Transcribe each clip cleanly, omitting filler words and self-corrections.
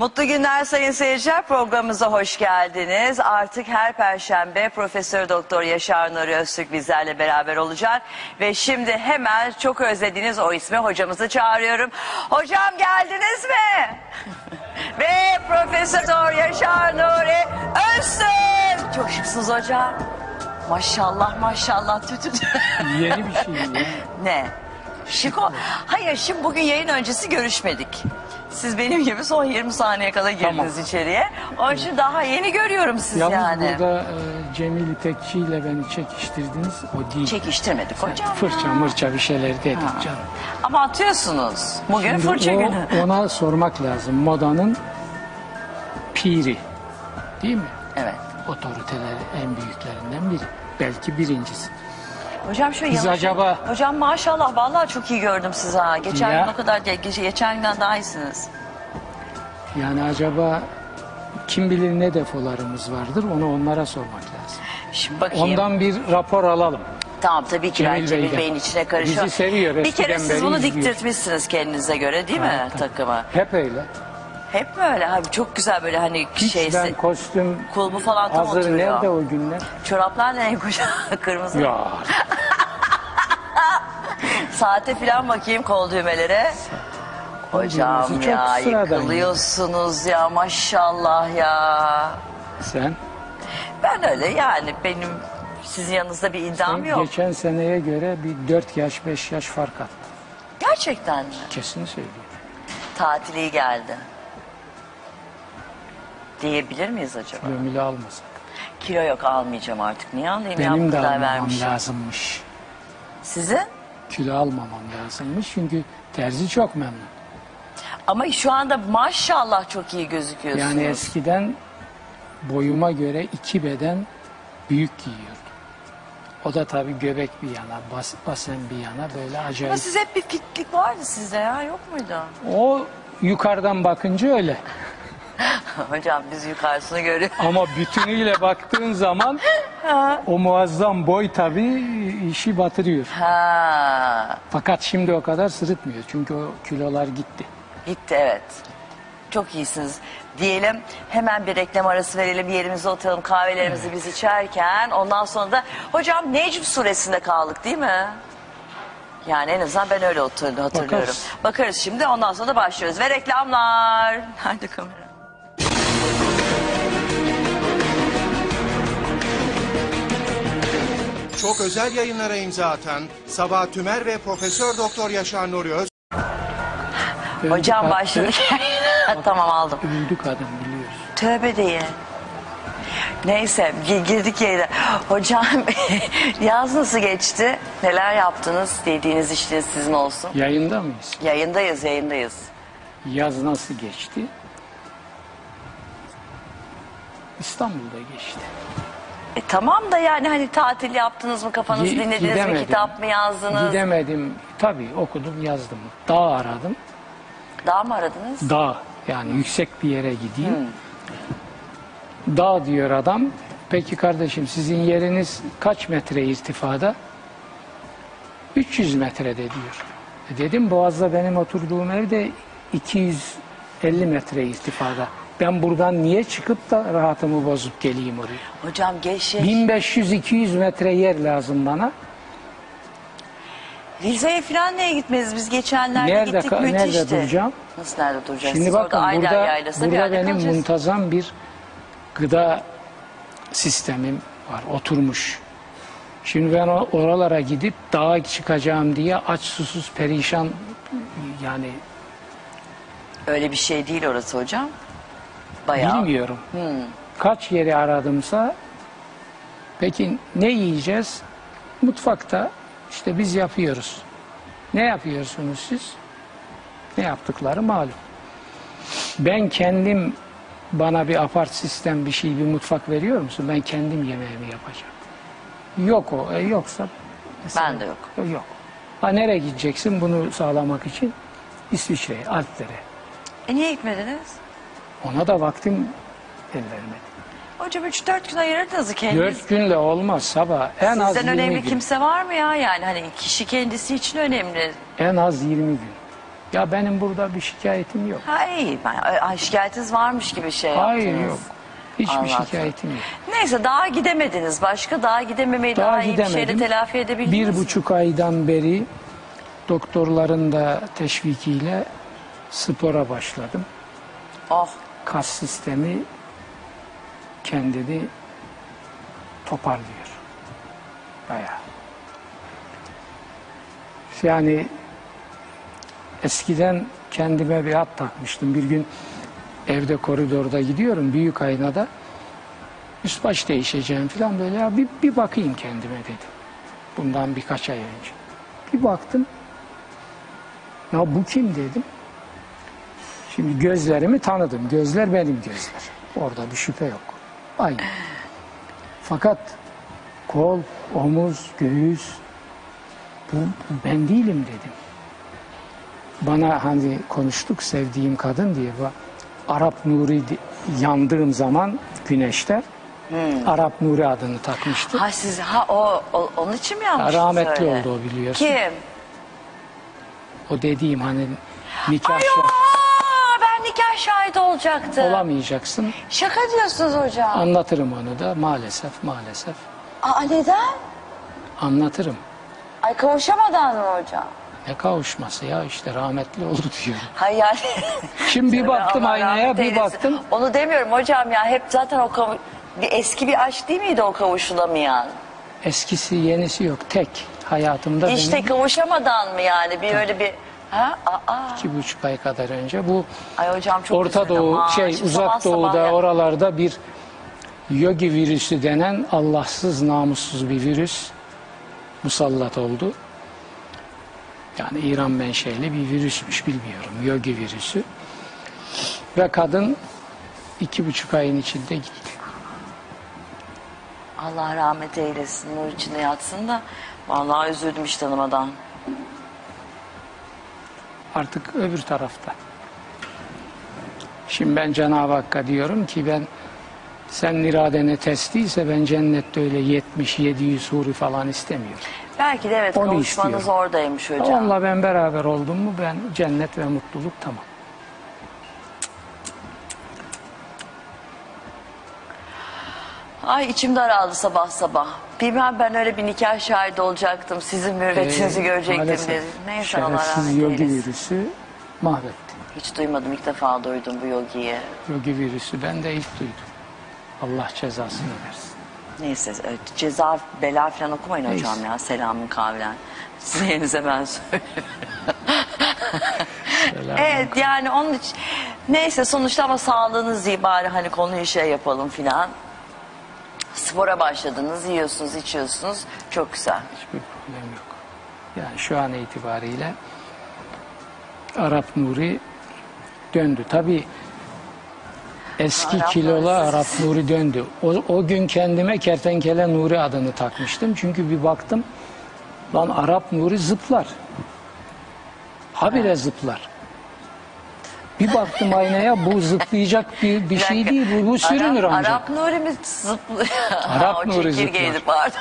Mutlu günler sayın seyirciler, programımıza hoş geldiniz. Artık her perşembe Profesör Doktor Yaşar Nuri Öztürk bizlerle beraber olacak. Ve şimdi hemen çok özlediğiniz o ismi hocamızı çağırıyorum. Hocam geldiniz mi? Ve Profesör Yaşar Nuri Öztürk. Çok şıksınız hocam. Maşallah maşallah. Yeni bir şey mi? Ne? Şık o. Hayır, şimdi bugün yayın öncesi görüşmedik. Siz benim gibi son 20 saniye kala girdiniz içeriye. Onun için daha yeni görüyorum siz Yalnız yani. burada Cemil İpekçi ile beni çekiştirdiniz. O değil. Çekiştirmedik hocam. Fırça mırça bir şeyler dedik canım. Ama atıyorsunuz. Bugün Şimdi fırça günü. Ona sormak lazım. Modanın piri. Değil mi? Evet. Otoriteleri en büyüklerinden biri. Belki birincisi. Hocam şöyle Biz acaba... Hocam maşallah vallahi çok iyi gördüm sizi ha. Geçen Ya. gün o kadar geçen günden daha iyisiniz. Yani acaba kim bilir ne defolarımız vardır, onu onlara sormak lazım. Şimdi bakayım. Ondan bir rapor alalım. Tamam, tabii ki ben Cemil Cemil Bey'den. Bey'in içine karışıyorum. Bizi seviyor, Bir kere eskiden siz beri bunu izliyor. diktirtmişsiniz kendinize göre değil mi takımı? Hep öyle. Hep mi öyle? Abi çok güzel böyle hani Hiç ben kostüm kulbu falan tam hazır oturuyor. nerede o günler? Çoraplar ne renk hocam? Kırmızı. Ya Saate falan bakayım, kol düğmelere. Hocam çok ya sıradan yıkılıyorsunuz ya maşallah ya. sen Ben öyle yani, benim sizin yanınızda bir iddiam yok. geçen seneye göre bir 4 yaş 5 yaş fark attın. Gerçekten mi? Kesin söylüyorum. Tatil iyi geldi. Diyebilir miyiz acaba? Kilomiyle almasak. Kilo yok, almayacağım artık. Niye alayım ya, Benim bu de kadar almamam vermişim. lazımmış. Sizin? Kilo almamam lazımmış çünkü terzi çok memnun. Ama şu anda maşallah çok iyi gözüküyorsunuz. Yani eskiden boyuma göre 2 beden büyük giyiyordum. O da tabii göbek bir yana, basen bir yana böyle acayip. Ama siz hep bir fitlik vardı sizde ya, yok muydu? O yukarıdan bakınca öyle. Hocam biz yukarısını görüyoruz. Ama bütünüyle baktığın zaman o muazzam boy tabii işi batırıyor. Ha, Fakat şimdi o kadar sırıtmıyor. Çünkü o kilolar gitti. gitti evet. Çok iyisiniz. Diyelim hemen bir reklam arası verelim, yerimize oturalım, kahvelerimizi biz içerken. Ondan sonra da hocam Necm suresinde kaldık değil mi? Yani en azından ben öyle hatırlıyorum. Bakarız. Bakarız şimdi, ondan sonra da başlıyoruz. Ve reklamlar. Nerede kamera? Çok özel yayınlara imza atan Sabah Tümer ve Profesör Doktor Yaşar Nuri Öz. Hocam başladık. Tamam, aldım. Öldü kadın biliyoruz. Tövbe diye. Neyse girdik yayına. Hocam yaz nasıl geçti? Neler yaptınız? Dediğiniz işiniz sizin olsun. Yayında mıyız? Yayındayız. Yaz nasıl geçti? İstanbul'da geçti. Tamam da yani hani tatil yaptınız mı, kafanızı dinlediniz mi, Gidemedim. kitap mı yazdınız? Gidemedim. Tabii okudum, yazdım. Dağ aradım. Dağ mı aradınız? Dağ, yani yüksek bir yere gideyim. Dağ diyor adam. Peki kardeşim sizin yeriniz kaç metre irtifada? 300 metrede diyor. Dedim Boğaz'da benim oturduğum evde 250 metre irtifada. Ben buradan niye çıkıp da rahatımı bozup geleyim oraya? Hocam 1500-200 metre yer lazım bana. Rize'ye falan niye gitmediniz? Biz geçenlerde gittik, müthişti. Nerede duracağım? Nasıl nerede duracaksınız? Şimdi bakın Ayder Yaylası'nda bir burada yerde benim kalacağız. muntazam bir gıda sistemim var, oturmuş. Şimdi ben oralara gidip dağa çıkacağım diye aç susuz perişan yani Öyle bir şey değil orası hocam. Bayağı. bilmiyorum. Kaç yeri aradımsa peki ne yiyeceğiz? Mutfakta işte biz yapıyoruz. Ne yapıyorsunuz siz? Ne yaptıkları malum. Ben kendim bana bir apart sistem bir şey bir mutfak veriyor musun? Ben kendim yemeğimi yapacağım. Yok o. Yoksa mesela, Ben de yok. Yok. Ha nereye gideceksin bunu sağlamak için? İsviçre'ye, Alplere. Niye gitmediniz? Ona da vaktim el vermedi. Hocam 3-4 gün ayırırdınız kendiniz. 4 günle olmaz sabah. En az Sizden 20 önemli gün. kimse var mı ya? Yani hani kişi kendisi için önemli. En az 20 gün. Ya benim burada bir şikayetim yok. Ha iyi. Şikayetiniz varmış gibi şey Hayır yaptınız. yok. Hiçbir Anladım. şikayetim yok. Neyse daha gidemediniz. Başka daha gidememeyi daha iyi bir şeyle gidemedim. telafi edebildiniz mi? 1,5 aydan beri doktorların da teşvikiyle spora başladım. Oh. Kas sistemi kendini toparlıyor. Bayağı. Yani eskiden kendime bir hat takmıştım. Bir gün evde koridorda gidiyorum büyük aynada. Üst baş değişeceğim falan böyle ya bir bakayım kendime dedim. Bundan birkaç ay önce. Bir baktım. Ya bu kim dedim. Şimdi gözlerimi tanıdım. Gözler benim gözler. Orada bir şüphe yok. Aynı. Fakat kol, omuz, göğüs bu ben değilim dedim. Bana hani konuştuk sevdiğim kadın diye. Arap Nuri yandığım zaman güneşte Arap Nuri adını takmıştı. Ha siz onun için mi yapmıştınız Rahmetli öyle? oldu o biliyorsun. Kim? O dediğim hani nikah Ay ben nikah şahidi olacaktım. olamayacaksın. Şaka diyorsunuz hocam. Anlatırım onu da maalesef. Aa neden? Anlatırım. Ay kavuşamadan mı hocam? Ne kavuşması ya işte rahmetli oldu diyor. Hayır yani. Şimdi bir baktım Allah aynaya rahmet bir eylesin. baktım. Onu demiyorum hocam ya hep zaten eski bir aşk değil miydi o kavuşulamayan? Eskisi yenisi yok tek hayatımda İşte benim kavuşamadan mı yani bir öyle bir ha 2,5 ay kadar önce bu ay hocam çok Orta üzüldüm. Doğu Şimdi sabah Uzak sabah Doğu'da ya. oralarda bir yogi virüsü denen Allahsız namussuz bir virüs musallat oldu. Yani İran menşeli bir virüsmüş bilmiyorum. Yogi virüsü. Ve kadın 2,5 ayın içinde gitti. Allah rahmet eylesin nur içinde yatsın da vallahi üzüldüm hiç tanımadan. Artık öbür tarafta. Şimdi ben Cenab-ı Hakk'a diyorum ki sen iradene ters değilse ben cennette öyle 70-700 huri falan istemiyorum. Belki de evet Onu kavuşmanız istiyorum. oradaymış hocam. Onunla ben beraber oldum mu ben cennet ve mutluluk tamam. Ay içim daraldı sabah sabah. Bilmem ben öyle bir nikah şahidi olacaktım. Sizin mürvetinizi görecektim Maalesef dedim. Neyse Allah şerefsiz rahmet yogi eylesin. virüsü mahvetti. Hiç duymadım ilk defa duydum bu yogiyi. Yogi virüsü ben de ilk duydum. Allah cezasını versin. Neyse ceza bela falan okumayın Neyse. hocam ya. Selamın kavlen. Sizin yerinize ben söylüyorum. Evet yani onun için neyse sonuçta ama sağlığınız iyi bari hani konuyu şey yapalım filan. Spora başladınız, yiyorsunuz, içiyorsunuz. Çok güzel. Hiçbir problem yok. Yani şu an itibariyle Arap Nuri döndü. Tabii eski Arap kilolu Nuri. Arap Nuri döndü. O gün kendime Kertenkele Nuri adını takmıştım. Çünkü bir baktım lan Arap Nuri zıplar. Habire zıplar. Bir baktım aynaya bu zıplayacak bir şey değil. Bu sürünür ancak. Arap Nuri mi zıplıyor? Arap O Nuri çekirgeydi, zıplar. pardon.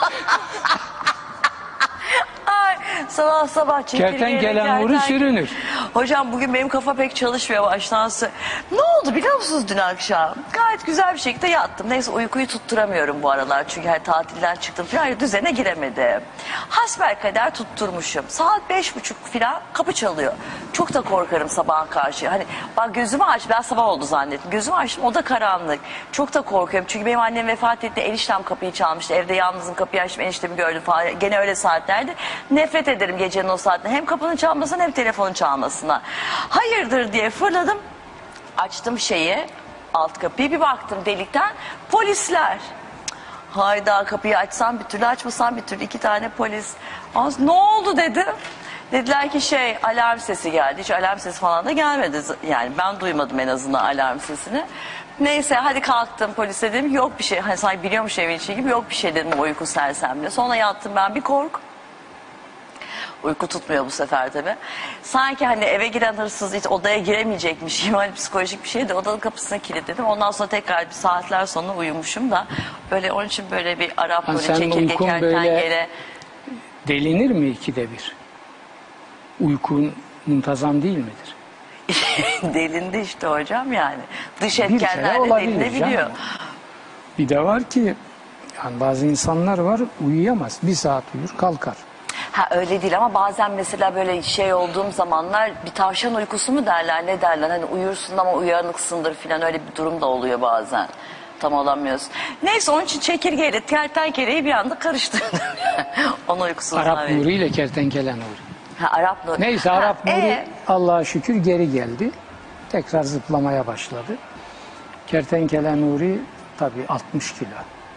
Ay, sabah sabah çekirgeyle Kertenkele Nuri sürünür. Hocam bugün benim kafa pek çalışmıyor baştan sonra. Ne oldu biliyor musunuz dün akşam? Gayet güzel bir şekilde yattım. Neyse uykuyu tutturamıyorum bu aralar. Çünkü her tatilden çıktım falan düzene giremedim. Hasbelkader tutturmuşum. Saat 5:30 falan kapı çalıyor. Çok da korkarım sabaha karşı. Hani bak gözümü aç ben sabah oldu zannettim. Gözümü açtım o da karanlık. Çok da korkuyorum. Çünkü benim annem vefat etti. Eniştem kapıyı çalmıştı. Evde yalnızım kapıyı açtım eniştemi gördüm falan. Gene öyle saatlerde. Nefret ederim gecenin o saatinde. Hem kapının çalmasına hem telefonun çalmasına. Hayırdır diye fırladım. Açtım alt kapıyı bir baktım delikten polisler. Hayda kapıyı açsam bir türlü açmasam bir türlü 2 tane polis. Ne oldu dedim. Dediler ki alarm sesi geldi. Hiç alarm sesi falan da gelmedi. Yani ben duymadım en azından alarm sesini. Neyse hadi kalktım polise dedim yok bir şey. Hani sanki biliyormuş evin içi gibi yok bir şey dedim o uyku sersemle. Sonra yattım ben bir kork. Uyku tutmuyor bu sefer tabii. Sanki hani eve giren hırsız hiç odaya giremeyecekmiş gibi hani psikolojik bir şeydi. Odanın kapısını kilitledim. Ondan sonra tekrar bir saatler sonra uyumuşum da böyle onun için böyle bir Arap böyle senin çekirge uykun böyle kertenkele. delinir mi 2'de 1? Uykun muntazam değil midir? Delindi işte hocam yani. Dış Bir kere etkenlerle olabilir delinebiliyor. canım. Bir de var ki yani bazı insanlar var uyuyamaz. Bir saat uyur kalkar. Ha öyle değil ama bazen mesela böyle şey olduğum zamanlar bir tavşan uykusu mu derler ne derler hani uyursun ama uyanıksındır filan öyle bir durum da oluyor bazen. Tam olamıyoruz. Neyse onun için çekirgeyle kertenkeleyi bir anda karıştırdım. Onun uykusunu Arap Nuri ile Kertenkele Nuri. Ha, Arap Nuri. Neyse Ha, Arap Nuri Allah'a şükür geri geldi. Tekrar zıplamaya başladı. Kertenkele Nuri tabii 60 kilo.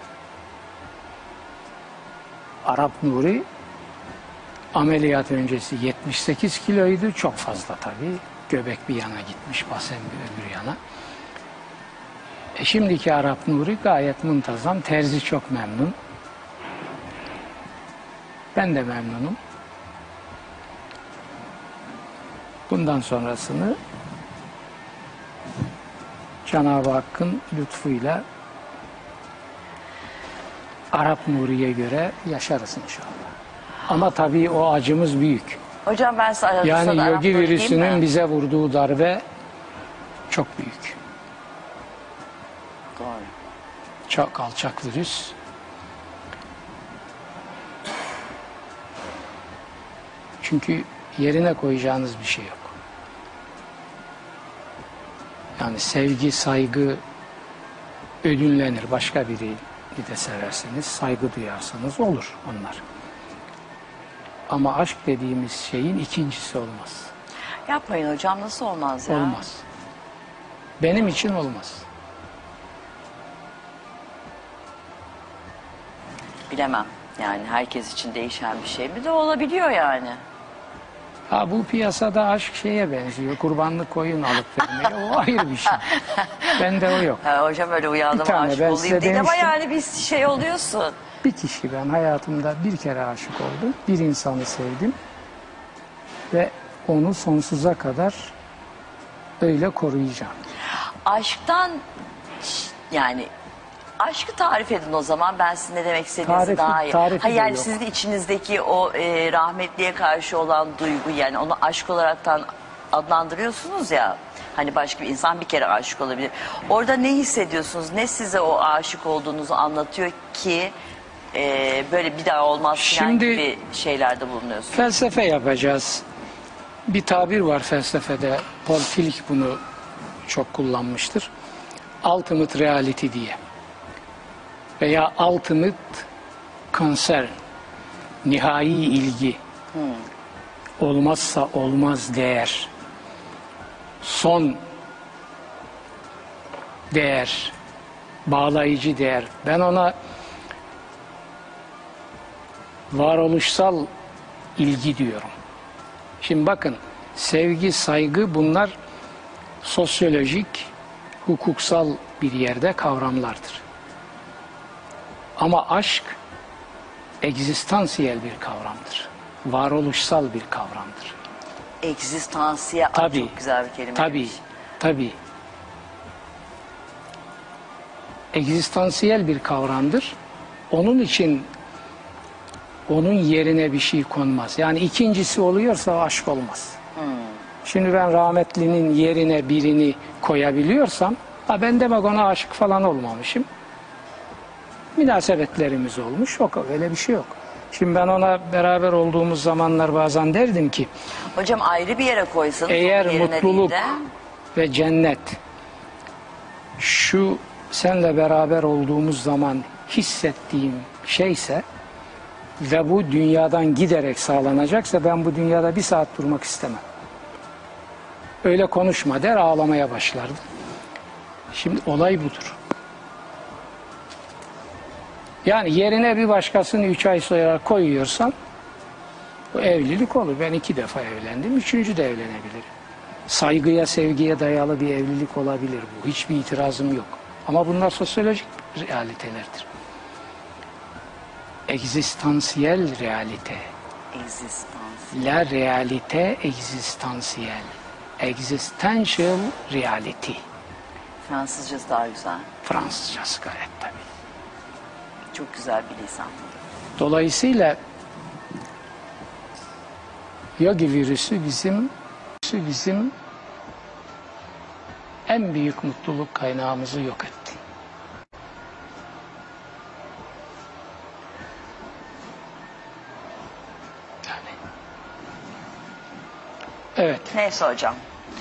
Arap Nuri ameliyat öncesi 78 kiloydu. Çok fazla tabii. Göbek bir yana gitmiş, basen bir öbür yana. Şimdiki Arap Nuri gayet muntazam. Terzi çok memnun. Ben de memnunum. Bundan sonrasını Cenab-ı Hakk'ın lütfuyla Arap Nuri'ye göre yaşarız inşallah. Ama tabii o acımız büyük. Hocam ben sana Arap Yani yogi Nuri diyeyim virüsünün mi? bize vurduğu darbe çok büyük. Doğru. Çok alçak virüs. Çünkü yerine koyacağınız bir şey yok. Yani sevgi, saygı ödünlenir. Başka biri de seversiniz, saygı duyarsınız. Olur onlar. Ama aşk dediğimiz şeyin ikincisi olmaz. Yapmayın hocam nasıl olmaz ya? Olmaz. Benim için olmaz. Bilemem. Yani herkes için değişen bir şey mi de olabiliyor yani. Ha bu piyasada aşk şeye benziyor. Kurbanlık koyun alıp vermeye. O ayrı bir şey. Bende o yok. Ha, hocam öyle uyandım Bir tane aşık ben olayım size değil ama demiştim. yani bir şey oluyorsun. Bir kişi ben hayatımda bir kere aşık oldum. Bir insanı sevdim. Ve onu sonsuza kadar öyle koruyacağım. Aşktan yani aşkı tarif edin o zaman ben sizin ne demek istediğinizi daha iyi. Tarifi Hayır de yani yok. sizin içinizdeki o rahmetliye karşı olan duygu yani onu aşk olaraktan adlandırıyorsunuz ya. Hani başka bir insan bir kere aşık olabilir. Orada ne hissediyorsunuz? Ne size o aşık olduğunuzu anlatıyor ki böyle bir daha olmaz falan Şimdi- gibi şeylerde bulunuyorsunuz? Felsefe yapacağız. Bir tabir var felsefede. Paul Tillich bunu çok kullanmıştır. Ultimate reality diye. Veya ultimate concern. Nihai ilgi. Olmazsa olmaz değer. Son değer. Bağlayıcı değer. Ben ona varoluşsal ilgi diyorum. Şimdi bakın sevgi, saygı bunlar sosyolojik, hukuksal bir yerde kavramlardır. Ama aşk egzistansiyel bir kavramdır. Varoluşsal bir kavramdır. Egzistansiye Tabii. çok güzel bir kelime. Tabii, tabii. Egzistansiyel bir kavramdır. Onun için onun yerine bir şey konmaz. Yani ikincisi oluyorsa o aşk olmaz. Şimdi ben rahmetlinin yerine birini koyabiliyorsam ben demek ona aşık falan olmamışım. Münasebetlerimiz olmuş. Yok öyle bir şey yok. Şimdi ben ona beraber olduğumuz zamanlar bazen derdim ki Hocam ayrı bir yere koysanız eğer onun yerine mutluluk değil de, ve cennet şu senle beraber olduğumuz zaman hissettiğim şeyse ve bu dünyadan giderek sağlanacaksa ben bu dünyada bir saat durmak istemem. Öyle konuşma der ağlamaya başlardı. Şimdi olay budur. Yani yerine bir başkasını 3 ay sonra koyuyorsan bu evlilik olur. Ben 2 defa evlendim. 3. de evlenebilirim. Saygıya, sevgiye dayalı bir evlilik olabilir bu. Hiçbir itirazım yok. Ama bunlar sosyolojik realitelerdir. Egzistansiyel realite. egzistans. La realite existentielle. Existential reality. Fransızcası daha güzel. Fransızcası gayet tabii. Çok güzel bir lisan. Dolayısıyla yogi virüsü bizim virüsü bizim en büyük mutluluk kaynağımızı yok etti. Yani. Evet. Neyse hocam.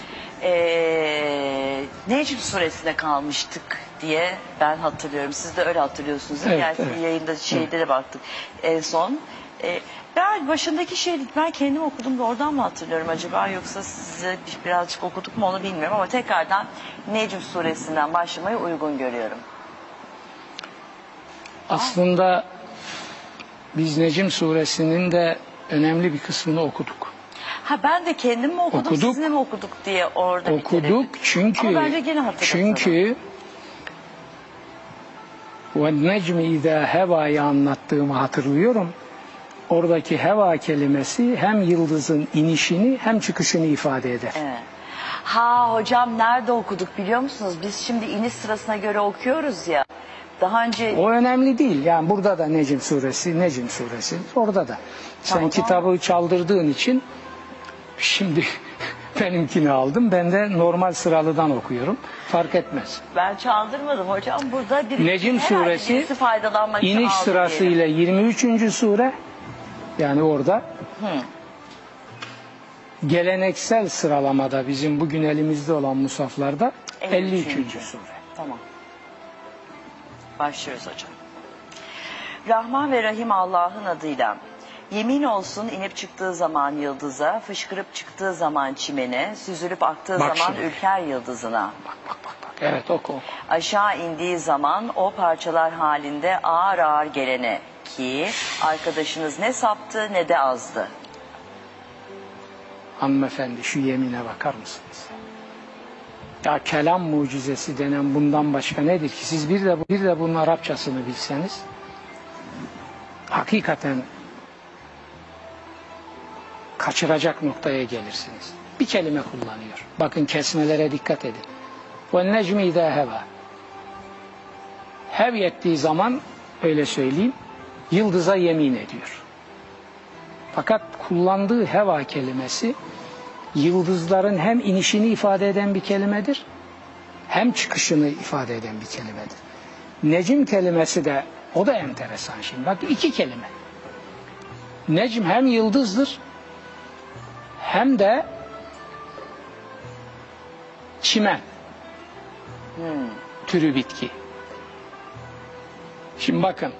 Necm suresinde kalmıştık diye ben hatırlıyorum. Siz de öyle hatırlıyorsunuz. Evet, Gerçi evet. yayında şeyde de baktık en son. Ben başındaki şeyi ben kendim okudum da oradan mı hatırlıyorum acaba, yoksa size birazcık okuduk mu onu bilmiyorum, ama tekrardan Necm suresinden başlamayı uygun görüyorum. Aslında biz Necm suresinin de önemli bir kısmını okuduk. Ha, ben de kendim mi okudum, Okuduk. sizinle mi okuduk diye orada Okuduk çünkü ama bence gene hatırlatalım. çünkü وَالنَّجْمِ اِذَا هَوَa'yı anlattığımı hatırlıyorum. Oradaki heva kelimesi hem yıldızın inişini hem çıkışını ifade eder. Evet. Ha hocam, nerede okuduk biliyor musunuz? Biz şimdi iniş sırasına göre okuyoruz ya. Daha önce O önemli değil. Yani burada da Necm suresi, orada da. Sen Tamam. kitabı çaldırdığın için şimdi benimkini aldım. Ben de normal sıralıdan okuyorum. Fark etmez. ben çaldırmadım hocam. Burada Necm herhalde suresi birisi faydalanmak için iniş aldı sırasıyla 23. sure, yani orada geleneksel sıralamada bizim bugün elimizde olan musaflarda 53. sure. Tamam. Başlıyoruz hocam. Rahman ve Rahim Allah'ın adıyla. Yemin olsun inip çıktığı zaman yıldıza, fışkırıp çıktığı zaman çimene, süzülüp aktığı Bak zaman şimdi. ülker yıldızına. Bak. Evet oku. Aşağı indiği zaman o parçalar halinde ağır ağır gelene, ki arkadaşınız ne saptı ne de azdı. Hanımefendi, şu yemine bakar mısınız? Ya kelam mucizesi denen bundan başka nedir ki? Siz bir de bunun Arapçasını bilseniz hakikaten kaçıracak noktaya gelirsiniz. Bir kelime kullanıyor. Bakın, kesmelere dikkat edin. وَالنَّجْمِ اِذَا هَوَى. Hev ettiği zaman, öyle söyleyeyim, yıldıza yemin ediyor. Fakat kullandığı heva kelimesi yıldızların hem inişini ifade eden bir kelimedir, hem çıkışını ifade eden bir kelimedir. Necm kelimesi de, o da enteresan şimdi. Bak, iki kelime. Necm hem yıldızdır, hem de çimen türü bitki. Şimdi bakın.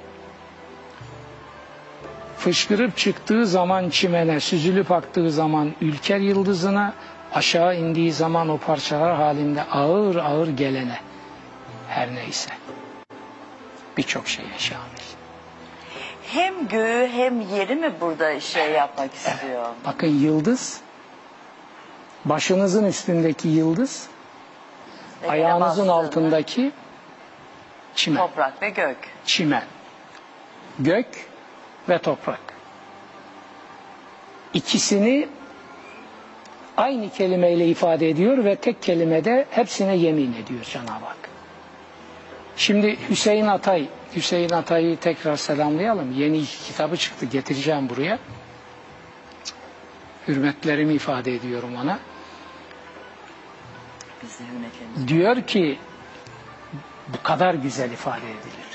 Fışkırıp çıktığı zaman çimene, süzülüp aktığı zaman ülker yıldızına, aşağı indiği zaman o parçalar halinde ağır ağır gelene, her neyse. Birçok şeye şamil. Hem göğü hem yeri mi burada yapmak istiyor? Bakın, yıldız, başınızın üstündeki yıldız, ayağınızın altındaki çimen. Toprak ve gök. Çimen, gök ve toprak. İkisini aynı kelimeyle ifade ediyor ve tek kelimede hepsine yemin ediyor Cenab-ı Hak. Şimdi Hüseyin Atay'ı tekrar selamlayalım. Yeni kitabı çıktı, getireceğim buraya. Hürmetlerimi ifade ediyorum ona. Biz de hürmetlerimizi. Diyor ki, bu kadar güzel ifade edilir.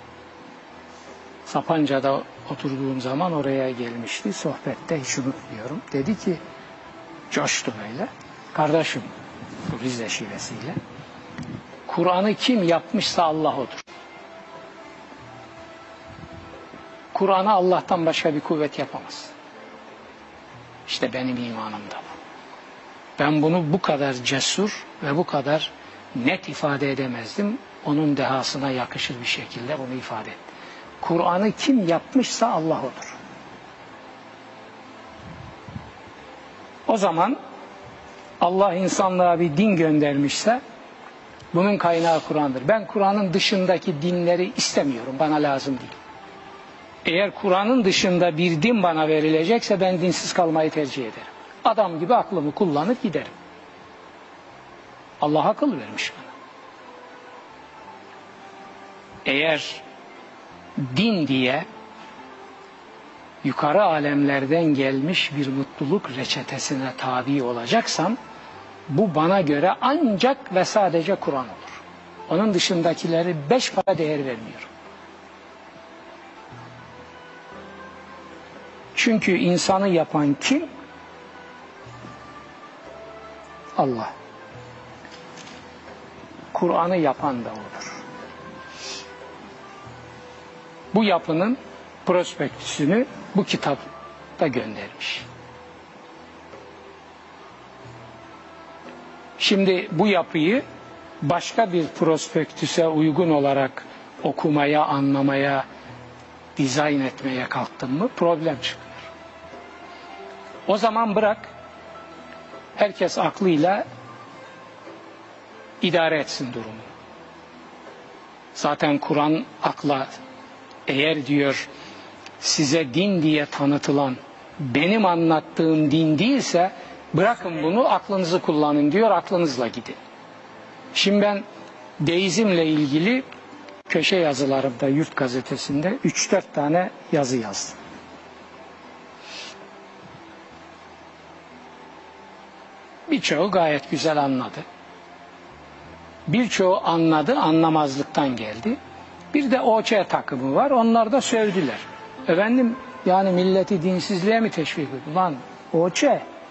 Sapanca'da oturduğum zaman oraya gelmişti. Sohbette hiç unutmuyorum. Dedi ki, coştu böyle. Kardeşim, bu Rize şivesiyle, Kur'an'ı kim yapmışsa Allah odur. Kur'an'a Allah'tan başka bir kuvvet yapamaz. İşte benim imanım da bu. Ben bunu bu kadar cesur ve bu kadar net ifade edemezdim. Onun dehasına yakışır bir şekilde bunu ifade etti. Kur'an'ı kim yapmışsa Allah odur. O zaman Allah insanlığa bir din göndermişse bunun kaynağı Kur'an'dır. Ben Kur'an'ın dışındaki dinleri istemiyorum. Bana lazım değil. Eğer Kur'an'ın dışında bir din bana verilecekse ben dinsiz kalmayı tercih ederim. Adam gibi aklımı kullanıp giderim. Allah akıl vermiş bana. Eğer din diye yukarı alemlerden gelmiş bir mutluluk reçetesine tabi olacaksam, bu bana göre ancak ve sadece Kur'an olur. Onun dışındakileri 5 para değer vermiyorum. Çünkü insanı yapan kim? Allah. Kur'an'ı yapan da O'dur. Bu yapının prospektüsünü bu kitapta göndermiş. Şimdi bu yapıyı başka bir prospektüse uygun olarak okumaya, anlamaya, dizayn etmeye kalktın mı problem çıkıyor. O zaman bırak herkes aklıyla idare etsin durumu. Zaten Kur'an akla, eğer diyor size din diye tanıtılan benim anlattığım din değilse bırakın bunu, aklınızı kullanın diyor, aklınızla gidin. Şimdi ben deizmle ilgili köşe yazılarımda Yurt Gazetesi'nde 3-4 tane yazı yazdım. Birçoğu gayet güzel anladı. Birçoğu anladı, anlamazlıktan geldi. Bir de OÇ takımı var, onlar da sövdüler. Efendim, yani milleti dinsizliğe mi teşvik ediyor? Lan OÇ,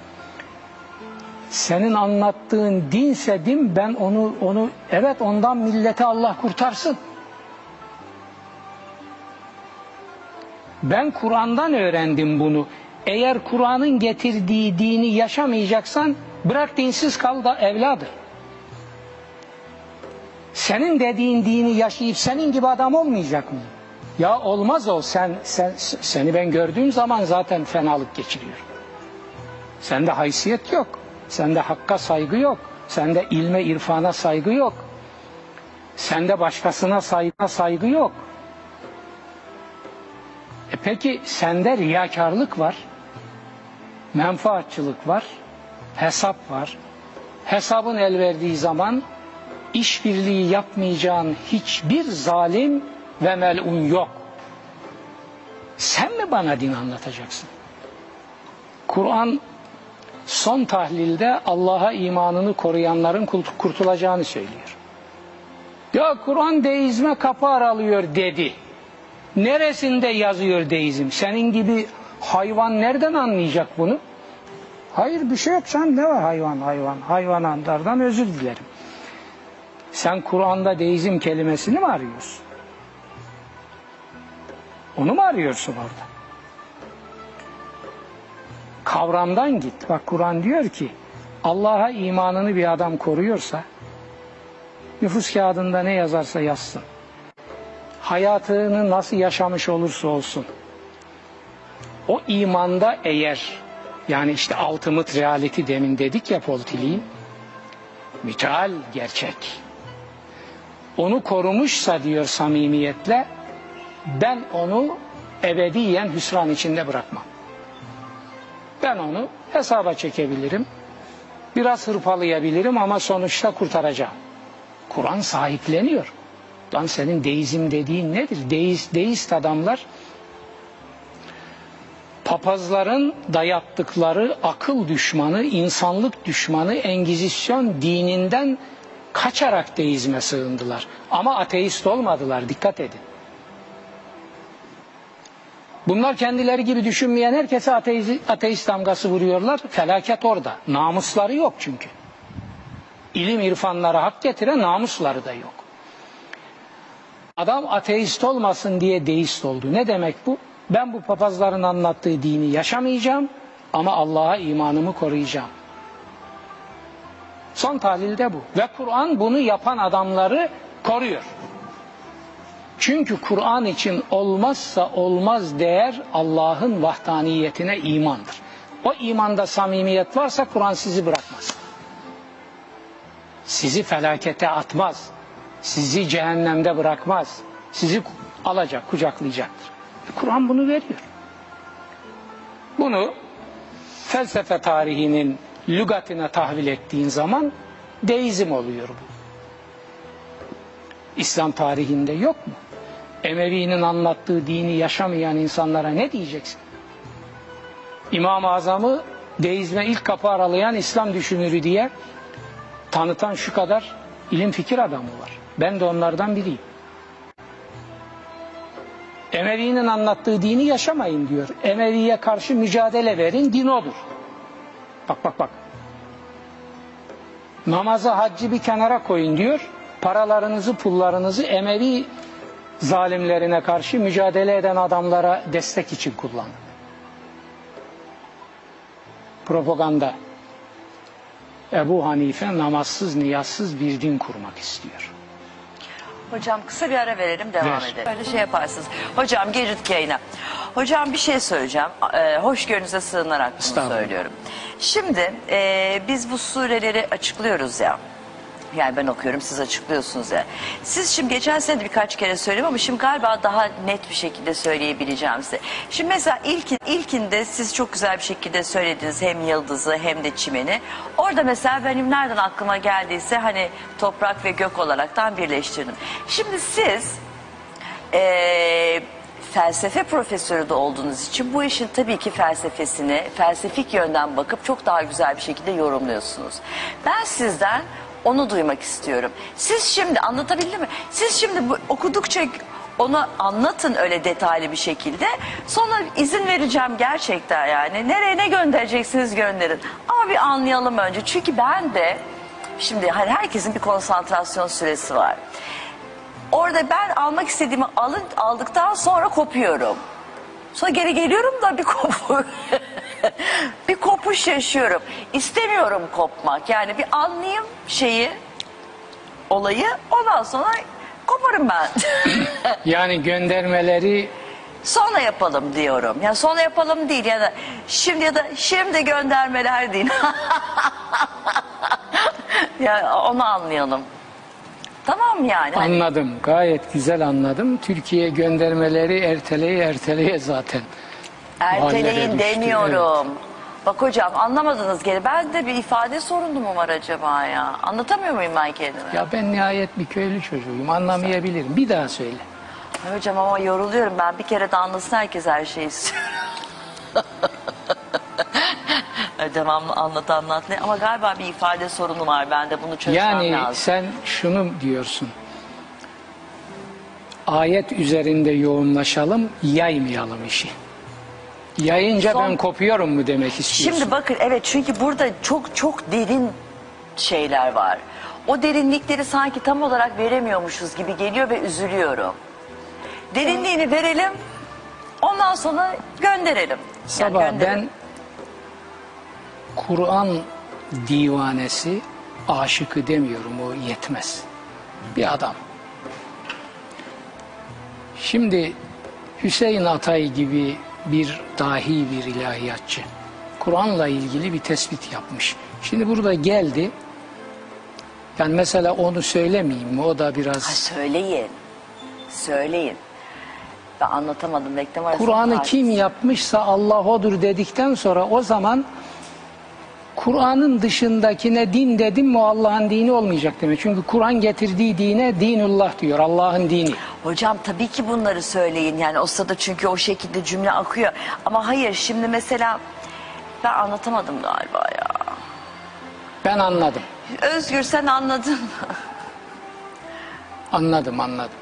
senin anlattığın dinse din, ben onu evet, ondan milleti Allah kurtarsın. Ben Kur'an'dan öğrendim bunu. Eğer Kur'an'ın getirdiği dini yaşamayacaksan bırak, dinsiz kal da evladım. Senin dediğin dini yaşayıp senin gibi adam olmayacak mı? Ya olmaz o. Seni ben gördüğüm zaman zaten fenalık geçiriyor. Sende haysiyet yok. Sende hakka saygı yok. Sende ilme, irfana saygı yok. Sende başkasına saygı yok. Peki sende riyakarlık var. Menfaatçılık var. Hesap var. Hesabın el verdiği zaman işbirliği yapmayacağın hiçbir zalim ve melun yok. Sen mi bana din anlatacaksın? Kur'an son tahlilde Allah'a imanını koruyanların kurtulacağını söylüyor. Ya Kur'an deizme kapı aralıyor dedi. Neresinde yazıyor deizm? Senin gibi hayvan nereden anlayacak bunu? Hayır, bir şey yok canım, ne var hayvanlardan özür dilerim. Sen Kur'an'da deizm kelimesini mi arıyorsun? Onu mu arıyorsun orada? Kavramdan git. Bak, Kur'an diyor ki Allah'a imanını bir adam koruyorsa nüfus kağıdında ne yazarsa yazsın. Hayatını nasıl yaşamış olursa olsun. O imanda eğer, yani işte ultimate reality demin dedik ya Poltiliğin, müteal gerçek. Onu korumuşsa diyor samimiyetle, ben onu ebediyen hüsran içinde bırakmam. Ben onu hesaba çekebilirim, biraz hırpalayabilirim ama sonuçta kurtaracağım. Kur'an sahipleniyor. Lan senin deizm dediğin nedir? Deist adamlar papazların dayattıkları akıl düşmanı, insanlık düşmanı, Engizisyon dininden kaçarak deizme sığındılar. Ama ateist olmadılar, dikkat edin. Bunlar kendileri gibi düşünmeyen herkese ateist damgası vuruyorlar. Felaket orada. Namusları yok çünkü. İlim irfanları hak getiren namusları da yok. Adam ateist olmasın diye deist oldu. Ne demek bu? Ben bu papazların anlattığı dini yaşamayacağım ama Allah'a imanımı koruyacağım. Son tahlilde bu. Ve Kur'an bunu yapan adamları koruyor. Çünkü Kur'an için olmazsa olmaz değer Allah'ın vahdaniyetine imandır. O imanda samimiyet varsa Kur'an sizi bırakmaz. Sizi felakete atmaz. Sizi cehennemde bırakmaz. Sizi alacak, kucaklayacaktır. Kur'an bunu veriyor. Bunu felsefe tarihinin lügatine tahvil ettiğin zaman deizm oluyor bu. İslam tarihinde yok mu? Emevi'nin anlattığı dini yaşamayan insanlara ne diyeceksin? İmam-ı Azam'ı deizme ilk kapı aralayan İslam düşünürü diye tanıtan şu kadar ilim fikir adamı var. Ben de onlardan biriyim. Emevi'nin anlattığı dini yaşamayın diyor. Emevi'ye karşı mücadele verin, din odur. Bak. Namazı, haccı bir kenara koyun diyor. Paralarınızı, pullarınızı Emevi zalimlerine karşı mücadele eden adamlara destek için kullanın. Propaganda. Ebu Hanife namazsız, niyazsız bir din kurmak istiyor. Hocam kısa bir ara verelim, devam Ver. edelim. Böyle şey yaparsınız. Hocam girdik yayına. Hocam bir şey söyleyeceğim. Hoşgörünüze sığınarak bunu Estağfurullah. söylüyorum. Şimdi biz bu sureleri açıklıyoruz ya. Yani ben okuyorum, siz açıklıyorsunuz ya. Siz şimdi geçen sene de birkaç kere söyledim ama şimdi galiba daha net bir şekilde söyleyebileceğim size. Şimdi mesela ilkinde siz çok güzel bir şekilde söylediniz, hem yıldızı hem de çimeni. Orada mesela benim nereden aklıma geldiyse hani toprak ve gök olaraktan birleştirdim. Şimdi siz felsefe profesörü de olduğunuz için bu işin tabii ki felsefesini felsefik yönden bakıp çok daha güzel bir şekilde yorumluyorsunuz. Ben sizden onu duymak istiyorum. Siz şimdi, anlatabildim mi? Siz şimdi bu, okudukça onu anlatın öyle detaylı bir şekilde. Sonra izin vereceğim gerçekten yani. Nereye ne göndereceksiniz gönderin. Ama bir anlayalım önce. Çünkü ben de şimdi hani herkesin bir konsantrasyon süresi var. Orada ben almak istediğimi aldıktan sonra kopuyorum. Sonra geri geliyorum da bir kopuş yaşıyorum. İstemiyorum kopmak. Yani bir anlayayım olayı, ondan sonra koparım ben. Yani göndermeleri Sonra yapalım diyorum. Yani sonra yapalım değil ya da şimdi göndermeler değil. Yani onu anlayalım. Tamam yani. Hani anladım. Gayet güzel anladım. Türkiye göndermeleri erteleye zaten. erteleyin Mahallere düştü, demiyorum. Bak hocam anlamadınız gene. Ben de bir ifade sorunu mu var acaba ya? Anlatamıyor muyum ben kendimi? Ya ben nihayet bir köylü çocuğuyum. Anlamayabilirim. Bir daha söyle. Ay hocam ama yoruluyorum ben. Bir kere de anlasın herkes her şeyi istiyor. Devamlı anlat ne? Ama galiba bir ifade sorunu var. Ben de bunu çözmem Yani lazım. sen şunu diyorsun. Ayet üzerinde yoğunlaşalım, yaymayalım işi. Yayınca ben kopuyorum mu demek istiyorsun? Şimdi bakın evet, çünkü burada çok derin şeyler var. O derinlikleri sanki tam olarak veremiyormuşuz gibi geliyor ve üzülüyorum. Derinliğini verelim, ondan sonra gönderelim. Sabah ben Kur'an divanesi, aşıkı demiyorum, o yetmez. Bir adam. Şimdi Hüseyin Atay gibi bir dahi bir ilahiyatçı Kur'an'la ilgili bir tespit yapmış. Şimdi burada geldi. Yani mesela onu söylemeyeyim mi? O da biraz... Söyleyin. Ben anlatamadım. Kur'an'ı kim yapmışsa Allah odur dedikten sonra o zaman Kur'an'ın dışındakine din dedim mi Allah'ın dini olmayacak demek. Çünkü Kur'an getirdiği dine dinullah diyor. Allah'ın dini. Hocam tabii ki bunları söyleyin. Yani o sırada çünkü o şekilde cümle akıyor. Ama hayır şimdi mesela ben anlatamadım galiba ya. Ben anladım. Özgür sen anladın mı? Anladım.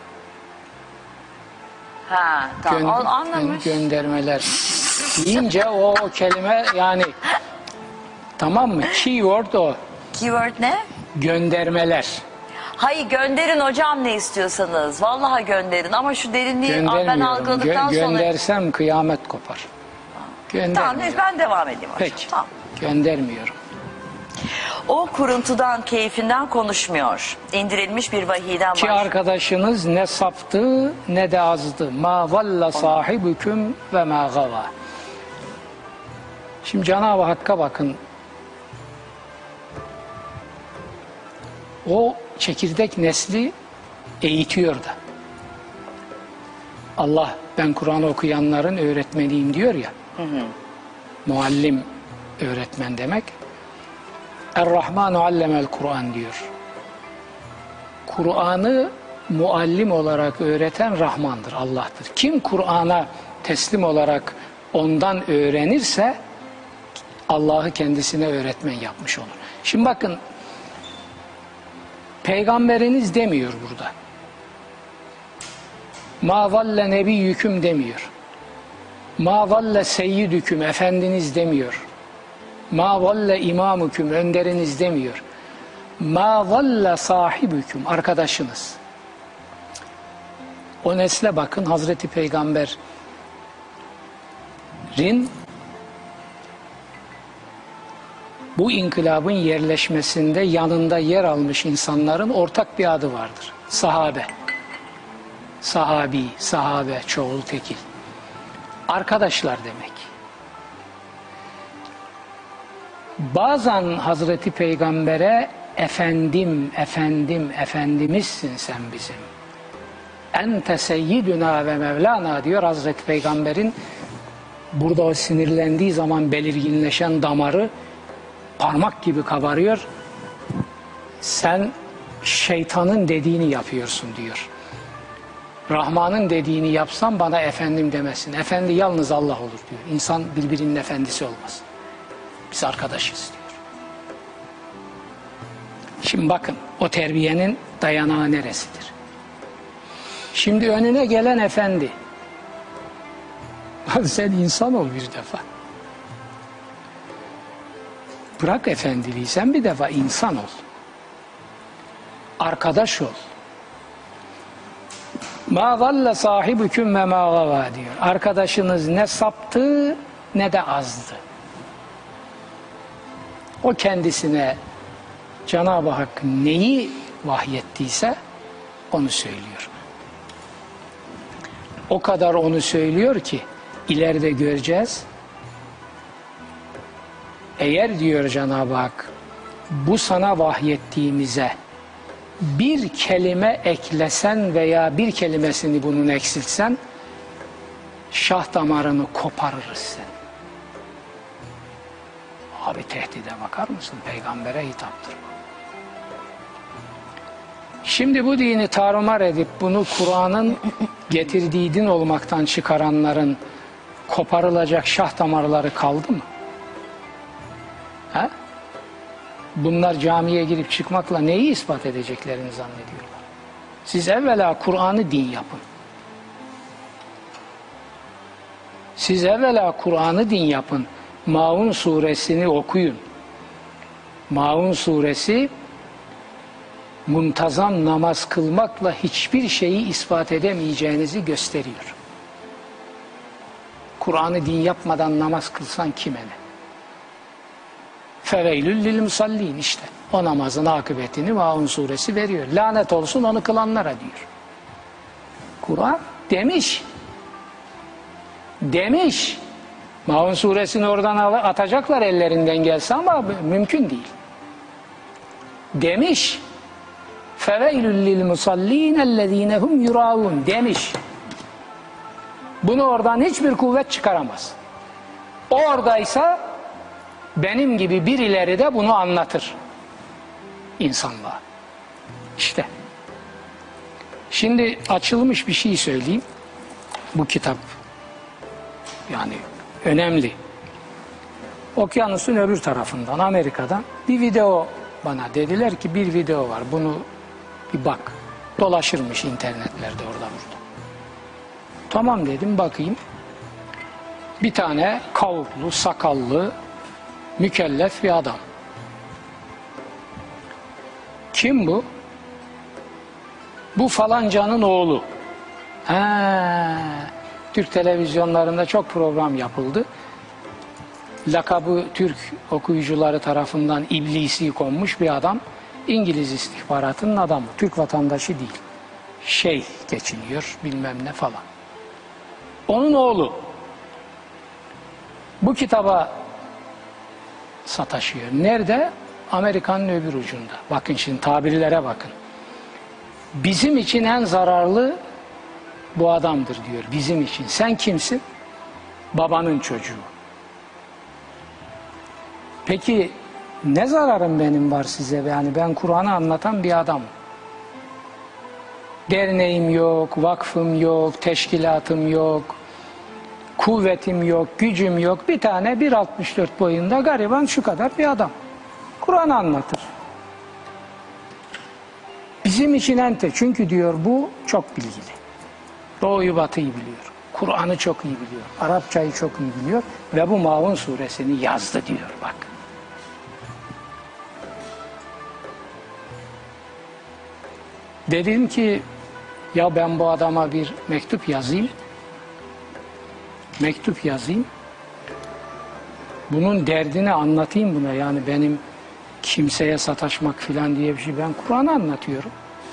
Ha tamam anlamış. Göndermeler deyince o kelime yani tamam mı? Keyword o. Keyword ne? Göndermeler. Hayır gönderin hocam ne istiyorsanız. Vallahi gönderin ama şu derinliği ben algıladıktan sonra. Göndersem kıyamet kopar. Tamam ben devam edeyim hocam. Peki. Tamam. Göndermiyorum. O kuruntudan, keyfinden konuşmuyor. İndirilmiş bir vahiyden Ki arkadaşınız ne saptı ne de azdı. Ma valla sahibüküm ve ma gava. Şimdi Cenab-ı Hakk'a bakın. O çekirdek nesli eğitiyor da. Allah ben Kur'an okuyanların öğretmeniyim diyor ya. Muallim öğretmen demek. Er-Rahmanu allemel Kur'an diyor. Kur'an'ı muallim olarak öğreten Rahman'dır, Allah'tır. Kim Kur'an'a teslim olarak ondan öğrenirse Allah'ı kendisine öğretmen yapmış olur. Şimdi bakın, peygamberiniz demiyor burada. Ma zalle nebiyyüküm demiyor. Ma zalle seyyidüküm, efendiniz demiyor. Ma zalle imamüküm, önderiniz demiyor. Ma zalle sahibüküm, arkadaşınız. O nesle bakın, Hazreti Peygamber'in bu inkılabın yerleşmesinde yanında yer almış insanların ortak bir adı vardır. Sahabe. Sahabi, sahabe, çoğul tekil. Arkadaşlar demek. Bazen Hazreti Peygamber'e efendim, efendim, efendimizsin sen bizim. Ente seyyiduna ve mevlana diyor Hazreti Peygamber'in burada o sinirlendiği zaman belirginleşen damarı parmak gibi kabarıyor. Sen şeytanın dediğini yapıyorsun diyor. Rahman'ın dediğini yapsam bana efendim demesin. Efendi yalnız Allah olur diyor. İnsan birbirinin efendisi olmaz. Biz arkadaşız diyor. Şimdi bakın o terbiyenin dayanağı neresidir? Şimdi önüne gelen efendi. Sen insan ol bir defa. Bırak efendiliği, sen bir defa insan ol. Arkadaş ol. Ma zalle sahibüküm ve ma gava diyor. Arkadaşınız ne saptı ne de azdı. O kendisine Cenab-ı Hak neyi vahyettiyse onu söylüyor. O kadar onu söylüyor ki ileride göreceğiz. Eğer diyor Cenab-ı Hak bu sana vahyettiğimize bir kelime eklesen veya bir kelimesini bunun eksiltsen şah damarını koparırız sen. Abi tehdide bakar mısın? Peygambere hitaptır bu. Şimdi bu dini tarumar edip bunu Kur'an'ın getirdiği din olmaktan çıkaranların koparılacak şah damarları kaldı mı? Ha? Bunlar camiye girip çıkmakla neyi ispat edeceklerini zannediyorlar. Siz evvela Kur'an'ı din yapın. Siz evvela Kur'an'ı din yapın. Maun suresini okuyun. Maun suresi muntazam namaz kılmakla hiçbir şeyi ispat edemeyeceğinizi gösteriyor. Kur'an'ı din yapmadan namaz kılsan kime ne? Feveylül lil musallin, işte o namazın akıbetini Maun suresi veriyor. Lanet olsun onu kılanlara diyor. Kur'an demiş. Demiş. Maun suresini oradan atacaklar ellerinden gelse ama mümkün değil. Demiş. Feveylül lil musallin ellezine hum yuraun demiş. Bunu oradan hiçbir kuvvet çıkaramaz. Oradaysa benim gibi birileri de bunu anlatır insanlığa. İşte. Şimdi açılmış bir şey söyleyeyim. Bu kitap yani önemli. Okyanusun öbür tarafından, Amerika'dan bir video bana dediler ki bir video var. Bunu bir bak. Dolaşırmış internetlerde orada burada. Tamam dedim, bakayım. Bir tane kavuklu, sakallı, mükellef bir adam. Kim bu? Bu falancanın oğlu. Türk televizyonlarında çok program yapıldı. Lakabı Türk okuyucuları tarafından iblisi konmuş bir adam. İngiliz istihbaratının adamı. Türk vatandaşı değil. Geçiniyor bilmem ne falan. Onun oğlu. Bu kitaba sataşıyor. Nerede? Amerika'nın öbür ucunda. Bakın şimdi tabirlere bakın. Bizim için en zararlı bu adamdır diyor. Bizim için. Sen kimsin? Babanın çocuğu. Peki ne zararım benim var size? Yani ben Kur'an'ı anlatan bir adamım. Derneğim yok, vakfım yok, teşkilatım yok, kuvvetim yok, gücüm yok. Bir tane 1,64 boyunda gariban şu kadar bir adam. Kur'an anlatır. Bizim için ente. Çünkü diyor bu çok bilgili. Doğuyu batıyı biliyor. Kur'an'ı çok iyi biliyor. Arapçayı çok iyi biliyor. Ve bu Maun suresini yazdı diyor bak. Dedim ki ya ben bu adama bir mektup yazayım. Mektup yazayım. Bunun derdini anlatayım buna. Yani benim kimseye sataşmak falan diye bir şey. Ben Kur'an'ı anlatıyorum.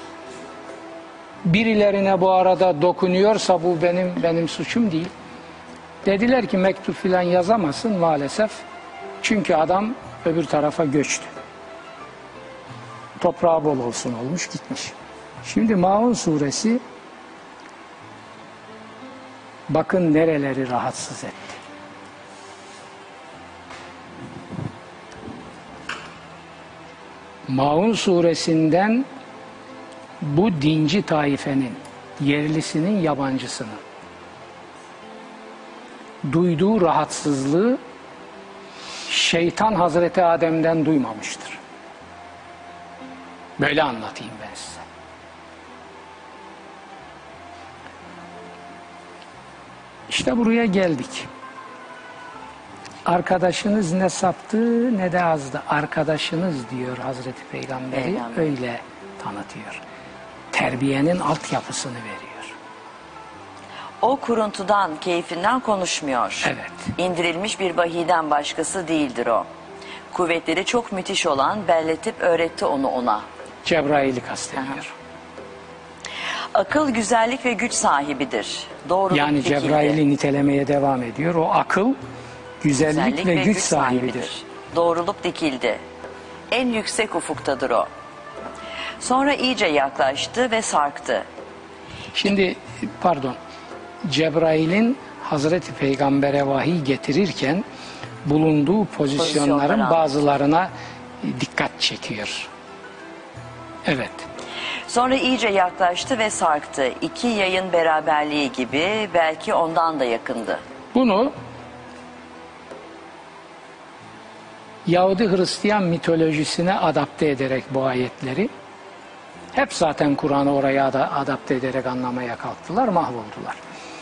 Birilerine bu arada dokunuyorsa bu benim suçum değil. Dediler ki mektup falan yazamazsın maalesef. Çünkü adam öbür tarafa göçtü. Toprağı bol olsun olmuş gitmiş. Şimdi Maun suresi bakın nereleri rahatsız etti. Maun suresinden bu dinci taifenin, yerlisinin, yabancısının duyduğu rahatsızlığı şeytan Hazreti Adem'den duymamıştır. Böyle anlatayım ben size. İşte buraya geldik. Arkadaşınız ne saptı ne de azdı. Arkadaşınız diyor Hazreti Peygamberi, öyle tanıtıyor. Terbiyenin altyapısını veriyor. O kuruntudan, keyfinden konuşmuyor. Evet. İndirilmiş bir vahiyden başkası değildir o. Kuvvetleri çok müthiş olan belletip öğretti onu ona. Cebrail'i kastediyor. Akıl güzellik ve güç sahibidir. Doğruluk Yani dikildi. Cebrail'i nitelemeye devam ediyor. O akıl, güzellik ve güç sahibidir. Doğruluk dikildi. En yüksek ufuktadır o. Sonra iyice yaklaştı ve sarktı. Şimdi pardon, Cebrail'in Hazreti Peygamber'e vahiy getirirken bulunduğu pozisyonların bazılarına dikkat çekiyor. Evet. Sonra iyice yaklaştı ve sarktı. İki yayın beraberliği gibi, belki ondan da yakındı. Bunu Yahudi Hristiyan mitolojisine adapte ederek bu ayetleri hep zaten Kur'an'ı oraya da adapte ederek anlamaya kalktılar, mahvoldular.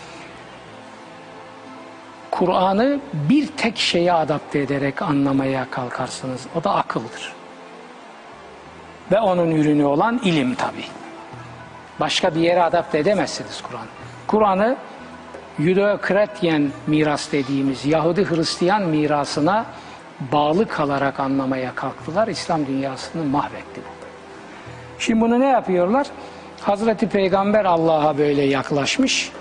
Kur'an'ı bir tek şeye adapte ederek anlamaya kalkarsınız. O da akıldır. Ve onun ürünü olan ilim tabii. Başka bir yere adapte edemezsiniz Kur'an'ı. Kur'an'ı Judeo-Kretyen miras dediğimiz Yahudi Hristiyan mirasına bağlı kalarak anlamaya kalktılar. İslam dünyasını mahvetti. Şimdi bunu ne yapıyorlar? Hazreti Peygamber Allah'a böyle yaklaşmış.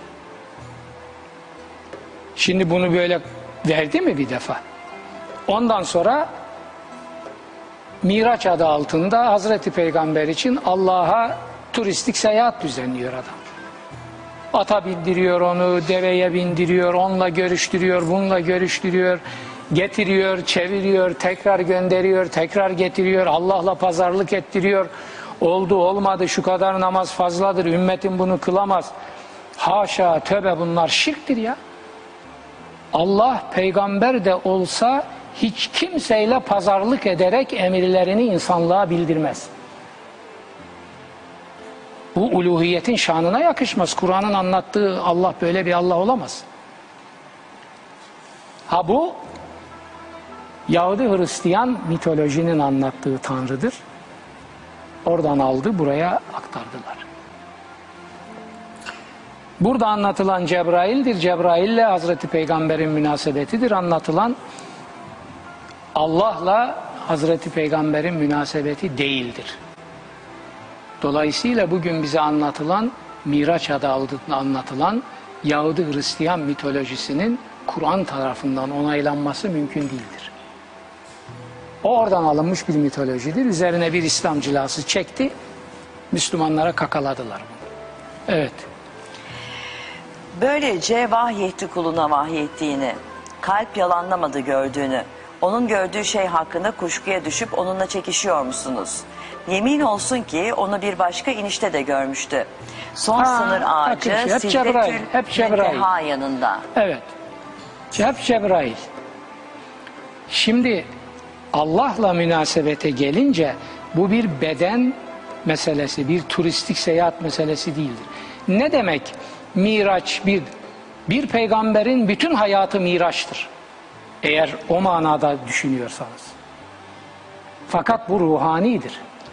Şimdi bunu böyle verdi mi bir defa? Ondan sonra Miraç adı altında Hazreti Peygamber için Allah'a turistik seyahat düzenliyor adam. Ata bindiriyor onu, deveye bindiriyor, onunla görüştürüyor, bununla görüştürüyor, getiriyor, çeviriyor, tekrar gönderiyor, tekrar getiriyor, Allah'la pazarlık ettiriyor. Oldu olmadı şu kadar namaz fazladır, ümmetin bunu kılamaz. Haşa, tövbe, bunlar şirktir ya. Allah peygamber de olsa hiç kimseyle pazarlık ederek emirlerini insanlığa bildirmez. Bu uluhiyetin şanına yakışmaz. Kur'an'ın anlattığı Allah böyle bir Allah olamaz. Ha bu Yahudi Hristiyan mitolojinin anlattığı Tanrı'dır. Oradan aldı, buraya aktardılar. Burada anlatılan Cebrail'dir. Cebrail ile Hazreti Peygamber'in münasebetidir. Anlatılan Allah'la Hazreti Peygamber'in münasebeti değildir. Dolayısıyla bugün bize anlatılan, Miraç adı altında anlatılan Yahudi Hristiyan mitolojisinin Kur'an tarafından onaylanması mümkün değildir. O oradan alınmış bir mitolojidir. Üzerine bir İslam cilası çekti. Müslümanlara kakaladılar bunu. Evet. Böylece vahyetti kuluna vahyettiğini, kalp yalanlamadı gördüğünü, onun gördüğü şey hakkında kuşkuya düşüp onunla çekişiyor musunuz? Yemin olsun ki onu bir başka inişte de görmüştü. Son sınır ağacı Siddetül Münteha yanında. Evet. Cevap Cebrail. Şimdi Allah'la münasebete gelince bu bir beden meselesi, bir turistik seyahat meselesi değildir. Ne demek Miraç? Bir peygamberin bütün hayatı Miraç'tır. Eğer o manada düşünüyorsanız. Fakat bu ruhanidir.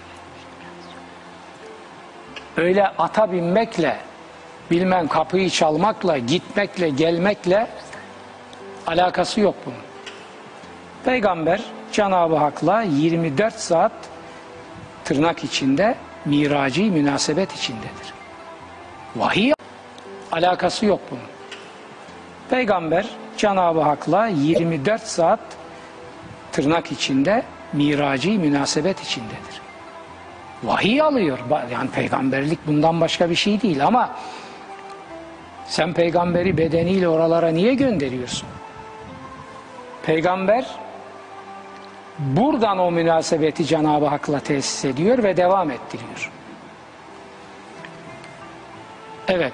Öyle ata binmekle, bilmem kapıyı çalmakla, gitmekle, gelmekle alakası yok bunun. Peygamber Cenab-ı Hak'la 24 saat tırnak içinde miraci münasebet içindedir. Vahiy alakası yok bunun. Peygamber Cenab-ı Hak'la 24 saat tırnak içinde miraci münasebet içindedir. Vahiy alıyor. Yani peygamberlik bundan başka bir şey değil ama sen peygamberi bedeniyle oralara niye gönderiyorsun? Peygamber buradan o münasebeti Cenab-ı Hak'la tesis ediyor ve devam ettiriyor. Evet.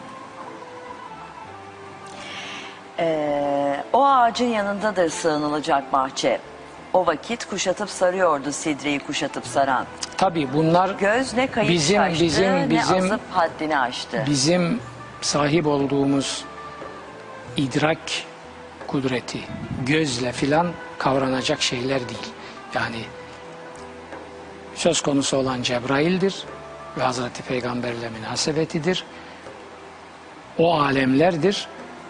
O ağacın yanındadır sığınılacak bahçe. O vakit kuşatıp sarıyordu sidreyi kuşatıp saran. Tabii bunlar Göz ne kayıp şaştı, ne azıp haddini aştı. Bizim sahip olduğumuz idrak kudreti, gözle filan kavranacak şeyler değil. Yani söz konusu olan Cebrail'dir ve Hazreti Peygamberle münasebetidir. O alemlerdir.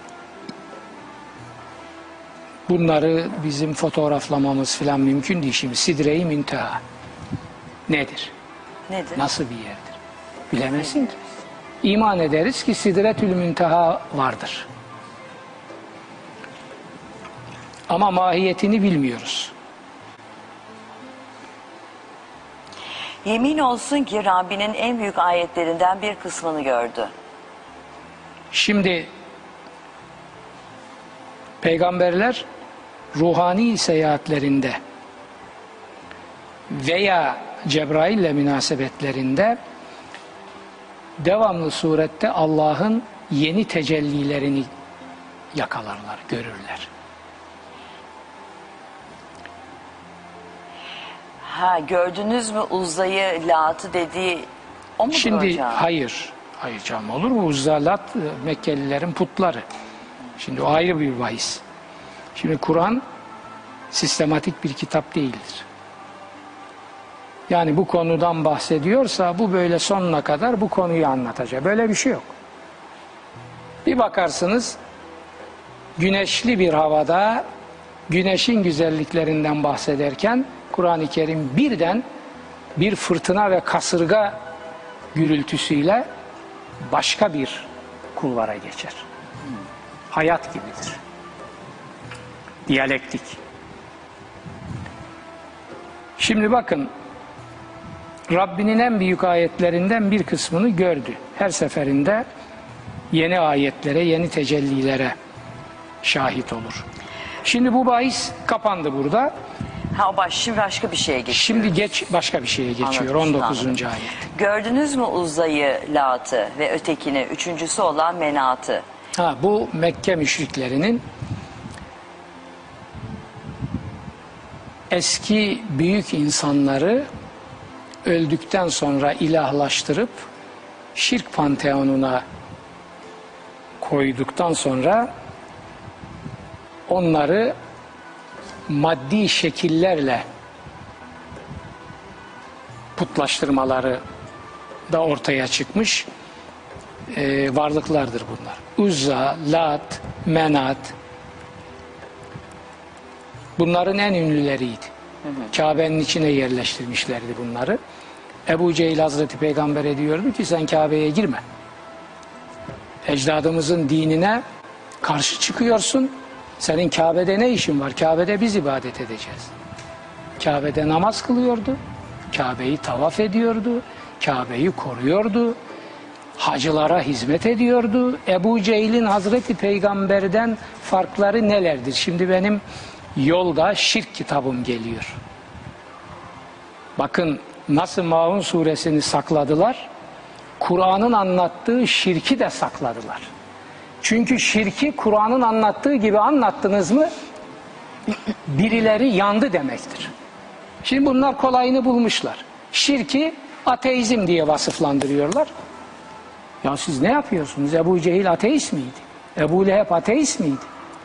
Bunları bizim fotoğraflamamız filan mümkün değil. Şimdi Sidre-i Münteha nedir? Nedir? Nasıl bir yerdir? Bilemezsin ki. İman ederiz ki Sidretül Münteha vardır. Ama mahiyetini bilmiyoruz. Yemin olsun ki Rabbinin en büyük ayetlerinden bir kısmını gördü. Şimdi peygamberler ruhani seyahatlerinde veya Cebrail ile münasebetlerinde devamlı surette Allah'ın yeni tecellilerini yakalarlar, görürler. Gördünüz mü Uzza'yı, Lat'ı dediği o mudur Şimdi hocam? hayır canım, olur mu? Uzza, Lat Mekkelilerin putları. Şimdi o ayrı bir bahis. Şimdi Kur'an sistematik bir kitap değildir. Yani bu konudan bahsediyorsa bu böyle sonuna kadar bu konuyu anlatacak. Böyle bir şey yok. Bir bakarsınız güneşli bir havada güneşin güzelliklerinden bahsederken Kur'an-ı Kerim birden bir fırtına ve kasırga gürültüsüyle başka bir kulvara geçer. Hayat gibidir. Diyalektik. Şimdi bakın, Rabbinin en büyük ayetlerinden bir kısmını gördü. Her seferinde yeni ayetlere, yeni tecellilere şahit olur. Şimdi bu bahis kapandı burada. Şimdi başka bir şeye geçiyor. Şimdi başka bir şeye geçiyor. Anladım, 19. anladım. ayet. Gördünüz mü Uzza'yı, Lat'ı ve ötekini, üçüncüsü olan Menat'ı? Bu Mekke müşriklerinin eski büyük insanları öldükten sonra ilahlaştırıp şirk panteonuna koyduktan sonra onları maddi şekillerle putlaştırmaları da ortaya çıkmış varlıklardır bunlar. Uzza, Lat, Menat, bunların en ünlüleriydi. Kabe'nin içine yerleştirmişlerdi bunları. Ebu Cehil Hazreti Peygamber'e diyordu ki sen Kabe'ye girme. Ecdadımızın dinine karşı çıkıyorsun. Senin Kabe'de ne işin var? Kabe'de biz ibadet edeceğiz. Kabe'de namaz kılıyordu. Kabe'yi tavaf ediyordu. Kabe'yi koruyordu. Hacılara hizmet ediyordu. Ebu Cehil'in Hazreti Peygamber'den farkları nelerdir? Şimdi benim yolda şirk kitabım geliyor. Bakın nasıl Maun suresini sakladılar. Kur'an'ın anlattığı şirki de sakladılar. Çünkü şirki Kur'an'ın anlattığı gibi anlattınız mı birileri yandı demektir. Şimdi bunlar kolayını bulmuşlar. Şirki ateizm diye vasıflandırıyorlar. Ya siz ne yapıyorsunuz? Ebu Cehil ateist miydi? Ebu Leheb ateist miydi?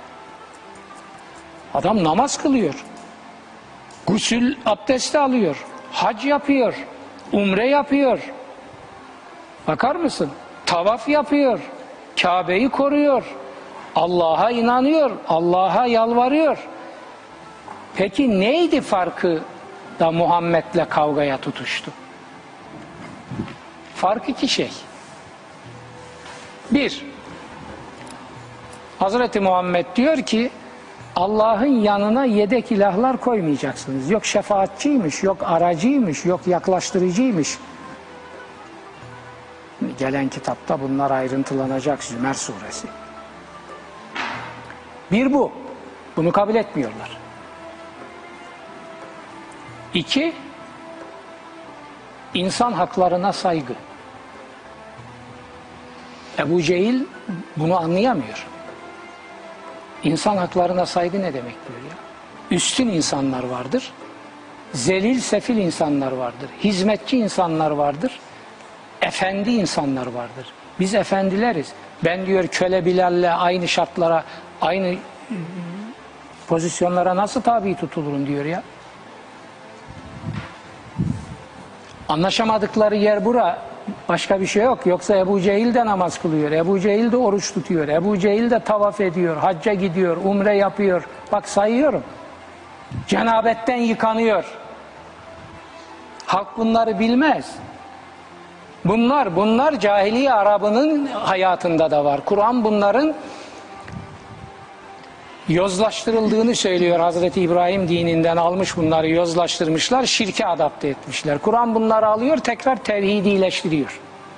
Adam namaz kılıyor. Gusül abdesti alıyor. Hac yapıyor. Umre yapıyor. Bakar mısın? Tavaf yapıyor. Kabe'yi koruyor. Allah'a inanıyor. Allah'a yalvarıyor. Peki neydi farkı da Muhammed'le kavgaya tutuştu? Fark iki şey. Bir, Hazreti Muhammed diyor ki Allah'ın yanına yedek ilahlar koymayacaksınız. Yok şefaatçiymiş, yok aracıymış, yok yaklaştırıcıymış. Gelen kitapta bunlar ayrıntılanacak, Zümer suresi. Bir bu. Bunu kabul etmiyorlar. İki, insan haklarına saygı. Ebu Cehil bunu anlayamıyor. İnsan haklarına saygı ne demek diyor ya? Üstün insanlar vardır. Zelil sefil insanlar vardır. Hizmetçi insanlar vardır. Efendi insanlar vardır. Biz efendileriz. Ben diyor köle Bilal'le aynı şartlara, aynı pozisyonlara nasıl tabi tutulurum diyor ya. Anlaşamadıkları yer bura. Başka bir şey yok. Yoksa Ebu Cehil de namaz kılıyor. Ebu Cehil de oruç tutuyor. Ebu Cehil de tavaf ediyor. Hacca gidiyor. Umre yapıyor. Bak sayıyorum. Cenabetten yıkanıyor. Halk bunları bilmez. Bunlar cahiliye Arabının hayatında da var. Kur'an bunların yozlaştırıldığını söylüyor. Hazreti İbrahim dininden almış bunları, yozlaştırmışlar, şirke adapte etmişler. Kur'an bunları alıyor, tekrar tevhidileştiriyor.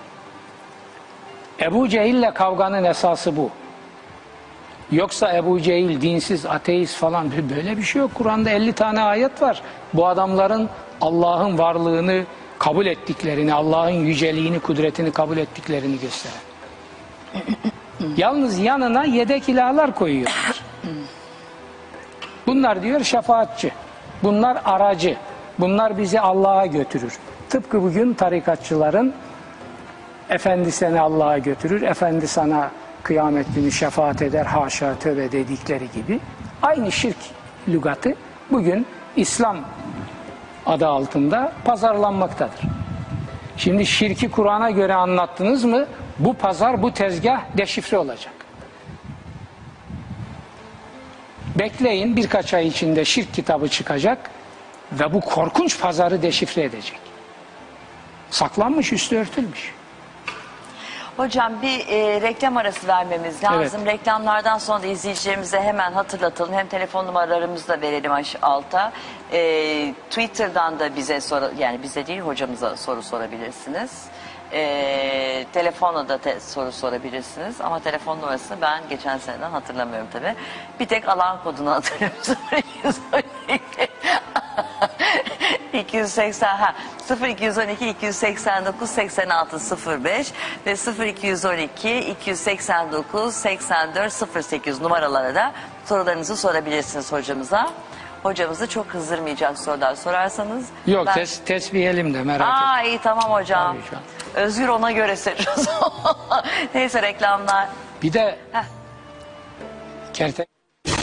Ebu Cehil'le kavganın esası bu. Yoksa Ebu Cehil dinsiz, ateist falan böyle bir şey yok. Kur'an'da 50 tane ayet var. Bu adamların Allah'ın varlığını kabul ettiklerini, Allah'ın yüceliğini, kudretini kabul ettiklerini gösteren. Yalnız yanına yedek ilahlar koyuyorlar. Bunlar diyor şefaatçi. Bunlar aracı. Bunlar bizi Allah'a götürür. Tıpkı bugün tarikatçıların efendi seni Allah'a götürür, efendi sana kıyamet günü şefaat eder, haşa tövbe dedikleri gibi. Aynı şirk lügatı bugün İslam adı altında pazarlanmaktadır. Şimdi şirki Kur'an'a göre anlattınız mı bu pazar, bu tezgah deşifre olacak. Bekleyin, birkaç ay içinde şirk kitabı çıkacak ve bu korkunç pazarı deşifre edecek. Saklanmış, üstü örtülmüş. Hocam bir reklam arası vermemiz lazım. Evet. Reklamlardan sonra da izleyicilerimize hemen hatırlatalım. Hem telefon numaralarımızı da verelim alta. Twitter'dan da bize yani bize değil hocamıza soru sorabilirsiniz. Telefonla da soru sorabilirsiniz. Ama telefon numarasını ben geçen seneden hatırlamıyorum tabii. Bir tek alan kodunu hatırlıyorum. 280 0212 289 86 05 ve 0212 289 84 08 numaralara da sorularınızı sorabilirsiniz hocamıza. Hocamızı çok kızdırmayacak sorular sorarsanız. Yok tesbihelim de merak etme. İyi tamam hocam. Özgür ona göre seçiyoruz. Neyse reklamlar. Bir de kertenkele.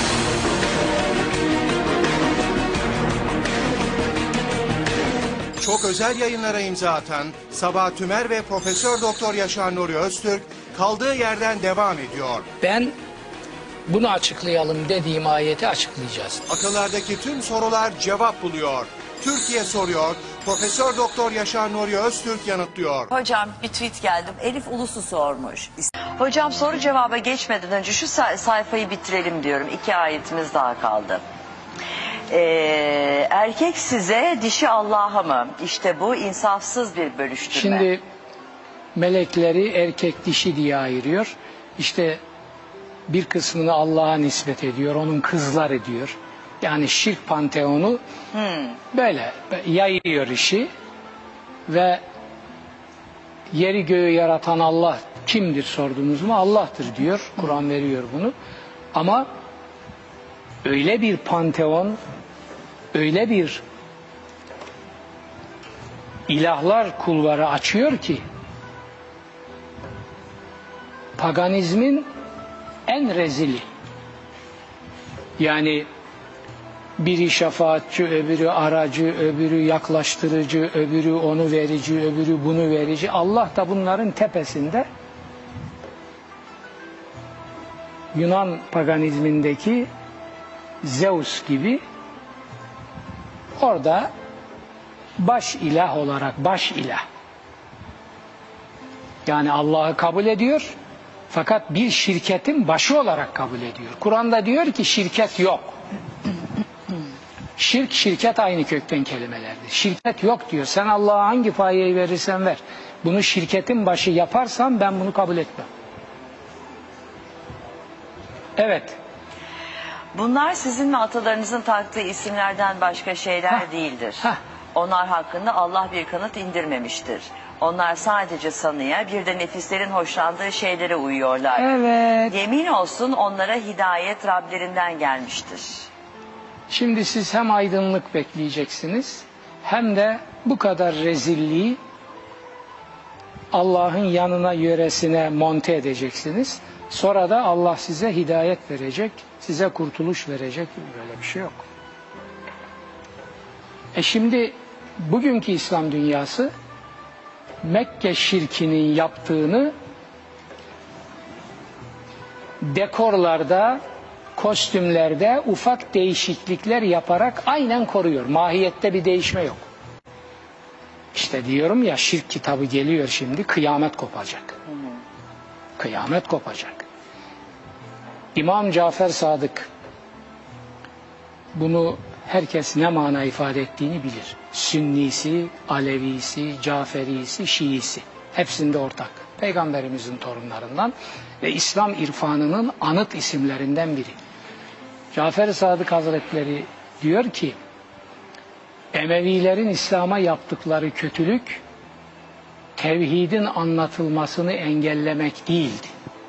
Çok özel yayınlara imza atan Sabah Tümer ve Profesör Doktor Yaşar Nuri Öztürk kaldığı yerden devam ediyor. Ben bunu açıklayalım dediğim ayeti açıklayacağız. Akıllardaki tüm sorular cevap buluyor. Türkiye soruyor, Profesör Doktor Yaşar Nuri Öztürk yanıtlıyor. Hocam bir tweet geldi. Elif Ulusu sormuş. Hocam soru cevaba geçmeden önce şu sayfayı bitirelim diyorum. 2 ayetimiz daha kaldı. Erkek size, dişi Allah'a mı? İşte bu insafsız bir bölüştürme. Şimdi melekleri erkek dişi diye ayırıyor. İşte bir kısmını Allah'a nispet ediyor. Onun kızları diyor. Yani şirk panteonu böyle yayıyor işi ve Yeri göğü yaratan Allah kimdir sordunuz mu? Allah'tır diyor. Kur'an veriyor bunu. Ama öyle bir panteon, öyle bir ilahlar kulvarı açıyor ki paganizmin en rezili. Yani biri şefaatçi, öbürü aracı, öbürü yaklaştırıcı, öbürü onu verici, öbürü bunu verici. Allah da bunların tepesinde Yunan paganizmindeki Zeus gibi orada baş ilah olarak, baş ilah. Yani Allah'ı kabul ediyor fakat bir şirketin başı olarak kabul ediyor. Kur'an'da diyor ki şirket yok. Şirk, şirket aynı kökten kelimelerdir. Şirket yok diyor. Sen Allah'a hangi payeyi verirsen ver. Bunu şirketin başı yaparsan ben bunu kabul etmem. Evet. Bunlar sizin ve atalarınızın taktığı isimlerden başka şeyler değildir. Onlar hakkında Allah bir kanıt indirmemiştir. Onlar sadece sanıya, bir de nefislerin hoşlandığı şeylere uyuyorlar. Evet. Yemin olsun onlara hidayet Rablerinden gelmiştir. Şimdi siz hem aydınlık bekleyeceksiniz hem de bu kadar rezilliği Allah'ın yanına, yöresine monte edeceksiniz. Sonra da Allah size hidayet verecek, size kurtuluş verecek. Böyle bir şey yok. Şimdi bugünkü İslam dünyası Mekke şirkinin yaptığını dekorlarda, kostümlerde ufak değişiklikler yaparak aynen koruyor. Mahiyette bir değişme yok. İşte diyorum ya, şirk kitabı geliyor şimdi, kıyamet kopacak. Kıyamet kopacak. İmam Cafer Sadık bunu herkes ne mana ifade ettiğini bilir. Sünnisi, Alevisi, Caferisi, Şiisi hepsinde ortak. Peygamberimizin torunlarından ve İslam irfanının anıt isimlerinden biri. Cafer Sadık Hazretleri diyor ki Emevilerin İslam'a yaptıkları kötülük tevhidin anlatılmasını engellemek değildi.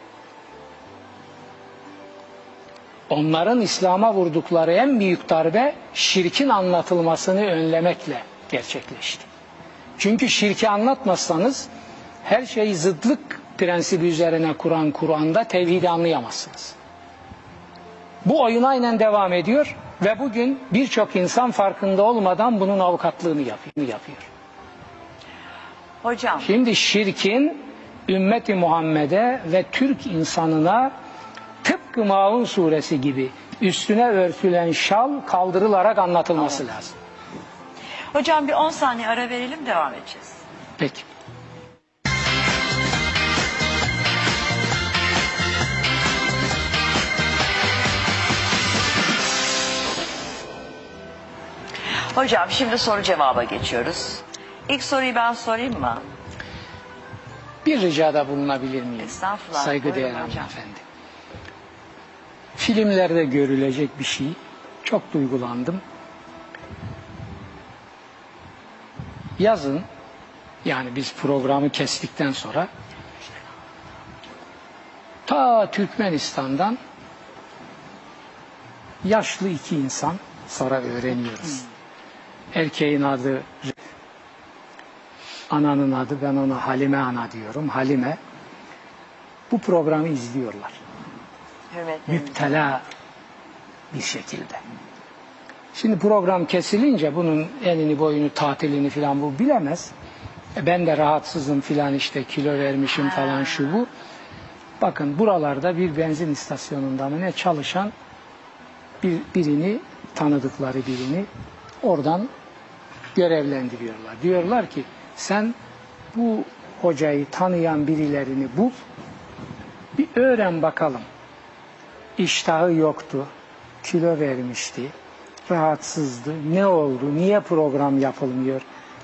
Onların İslam'a vurdukları en büyük darbe şirkin anlatılmasını önlemekle gerçekleşti. Çünkü şirki anlatmazsanız her şeyi zıtlık prensibi üzerine kuran Kur'an'da tevhidi anlayamazsınız. Bu oyun aynen devam ediyor ve bugün birçok insan farkında olmadan bunun avukatlığını yapıyor. Hocam. Şimdi şirkin ümmeti Muhammed'e ve Türk insanına tıpkı Maun suresi gibi üstüne örtülen şal kaldırılarak anlatılması lazım. Hocam bir 10 saniye ara verelim, devam edeceğiz. Peki. Hocam şimdi soru cevaba geçiyoruz. İlk soruyu ben sorayım mı? Bir ricada bulunabilir miyim? Estağfurullah. Saygıdeğer Buyurun hocam. hanımefendi. Filmlerde görülecek bir şey. Çok duygulandım. Yazın, yani biz programı kestikten sonra ta Türkmenistan'dan yaşlı iki insan, sonra öğreniyoruz. Erkeğin adı, ananın adı, ben ona Halime ana diyorum. Halime. Bu programı izliyorlar. Müptela bir şekilde. Şimdi program kesilince bunun enini boyunu tatilini filan bu bilemez. Ben de rahatsızım filan, işte kilo vermişim falan şu bu. Bakın buralarda bir benzin istasyonunda mı ne çalışan birini, tanıdıkları birini oradan görevlendiriyorlar. Diyorlar ki sen bu hocayı tanıyan birilerini bul, bir öğren bakalım. İştahı yoktu, kilo vermişti, rahatsızdı, ne oldu, niye program yapılmıyor,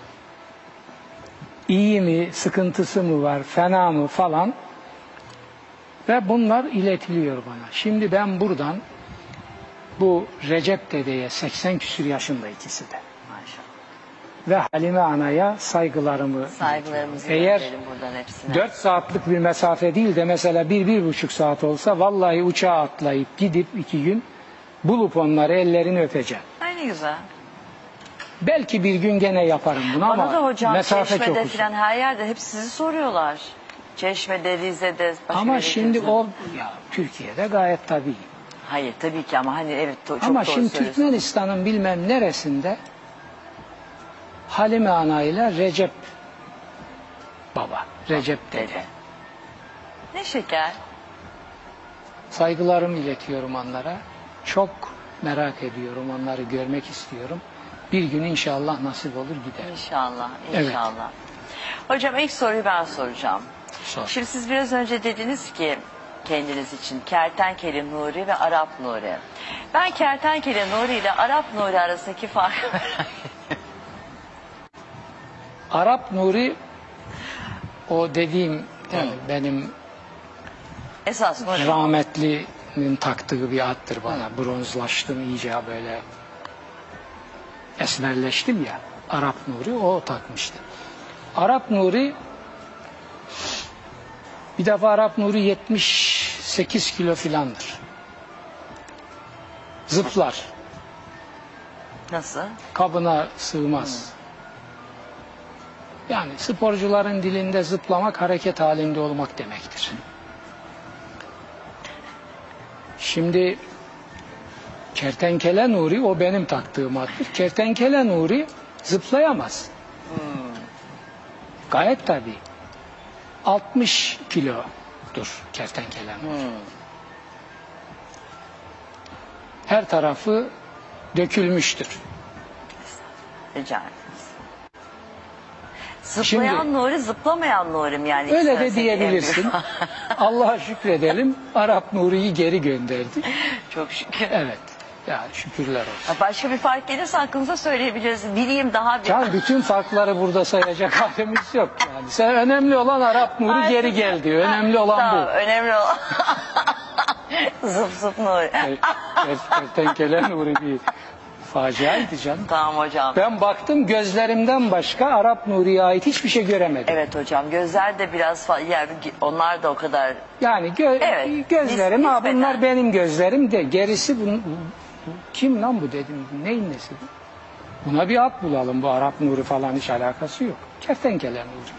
iyi mi, sıkıntısı mı var, fena mı falan, ve bunlar iletiliyor bana. Şimdi ben buradan bu Recep dedeye, 80 küsur yaşında ikisi de, ve Halime Ana'ya saygılarımı Saygılarımızı Eğer gönderelim buradan hepsine. 4 saatlik bir mesafe değil de mesela 1-1,5 saat olsa vallahi uçağa atlayıp gidip 2 gün bulup onları ellerini öpeceğim. Ay ne güzel. Belki bir gün gene yaparım bunu Bana ama da hocam mesafe çok Çeşme'de uzun. falan her yerde hep sizi soruyorlar. Çeşme'de, Rize'de. başka Ama bir yere şimdi gidiyorsunuz. o ya, Türkiye'de gayet tabii. Hayır tabii ki ama hani evet çok Ama doğru şimdi söylüyorsun. Türkmenistan'ın bilmem neresinde Halime Ana ile Recep Baba, Recep Dede. Ne şeker. Saygılarımı iletiyorum onlara. Çok merak ediyorum, onları görmek istiyorum. Bir gün inşallah nasip olur giderim. İnşallah, Evet. inşallah. Hocam ilk soruyu ben soracağım. Sor. Şimdi siz biraz önce dediniz ki kendiniz için Kertenkele Nuri ve Arap Nuri. Ben Kertenkele Nuri ile Arap Nuri arasındaki farkı merak ediyorum. Arap Nuri o dediğim yani benim Esas Nuri. rahmetlinin taktığı bir attır bana. Bronzlaştım iyice böyle esmerleştim ya. Arap Nuri o takmıştı. Arap Nuri bir defa Arap Nuri 78 kilo filandır. Zıplar. Nasıl? Kabına sığmaz. Yani sporcuların dilinde zıplamak hareket halinde olmak demektir. Şimdi Kertenkele Nuri o benim taktığım addır. Kertenkele Nuri zıplayamaz. Gayet tabii. 60 kilodur kertenkele Nuri. Her tarafı dökülmüştür. Rica ederiz. Zıplayan Şimdi- Nuri, zıplamayan Nuri'm yani. Öyle de istersek diyebilirsin. en büyük. Allah'a şükredelim. Arap Nuri'yi geri gönderdi. Çok şükür. Evet. Ya şükürler olsun. Başka bir fark gelirse aklınıza söyleyebiliriz. Bileyim daha bir. Can bütün farkları burada sayacak halimiz yok. Yani sen önemli olan Arap Nuri Ay, geri geldi. Önemli olan Tamam, bu. önemli olan. Zıp zıp Nuri. Kertenkele Nuri bir faciaydı canım. Tamam hocam. Ben baktım gözlerimden başka Arap Nuri'ye ait hiçbir şey göremedim. Evet hocam gözler de biraz yani onlar da o kadar. Yani Evet, gözlerim ha nispeten. bunlar benim gözlerim de gerisi kim lan bu dedim. Neyin nesi bu? Buna bir ad bulalım. Bu Arap Nuri falan hiç alakası yok. Kertenkele Nuri.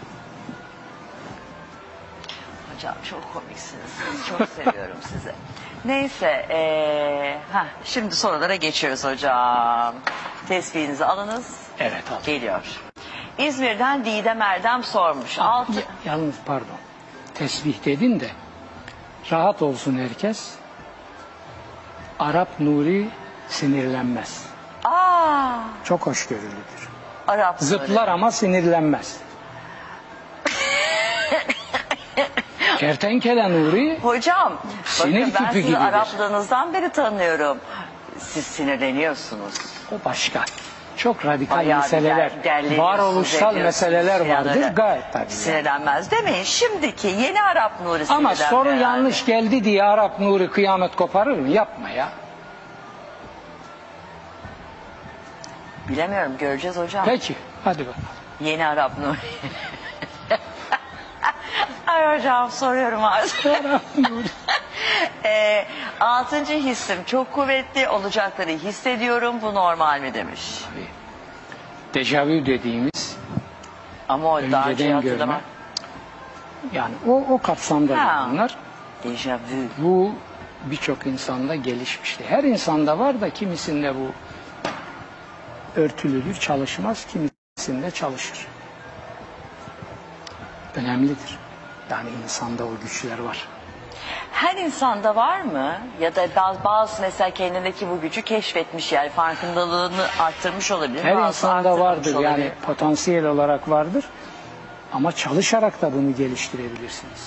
Hocam çok komiksiniz. Çok seviyorum sizi. Neyse. Şimdi sorulara geçiyoruz hocam. Tesbihinizi alınız. Evet abi. Geliyor. İzmir'den Didem Erdem sormuş. Altı... Yalnız pardon. Tesbih dedin de rahat olsun herkes. Arap Nuri sinirlenmez. Aa, Çok hoşgörülüdür. Arap Nuri. Zıplar ama sinirlenmez. Kertenkele Nuri Hocam, Sinir bakın ben küpü sizi gibidir. Araplığınızdan beri tanıyorum. Siz sinirleniyorsunuz. o başka. Çok radikal Bayağı bir meseleler, derleniyorsunuz, varoluşsal ediyorsunuz, meseleler vardır. sinirlenir. Gayet tabii. Yani. Sinirlenmez demeyin. Şimdiki yeni Arap Nuri Ama sinirlenme soru herhalde. yanlış geldi diye Arap Nuri kıyamet koparır mı? Yapma ya. Bilemiyorum, göreceğiz hocam. Peki, hadi bakalım. Yeni Arap Nuri. Ay hocam soruyorum artık. Altıncı hissim çok kuvvetli, olacakları hissediyorum, bu normal mi demiş. Dejavü dediğimiz Ama o daha önce önceden görme. hatırlamak. Yani o kapsamda Ha. bunlar. Dejavü. Bu birçok insanda gelişmişti. Her insanda var da kimisinde bu örtülüdür, çalışmaz, kimisinde çalışır. Önemlidir. Yani insanda o güçler var. Her insanda var mı? Ya da bazı mesela kendindeki bu gücü keşfetmiş yani farkındalığını arttırmış olabilir. Her bazısı insanda arttırmamış vardır olabilir. yani potansiyel olarak vardır. Ama çalışarak da bunu geliştirebilirsiniz.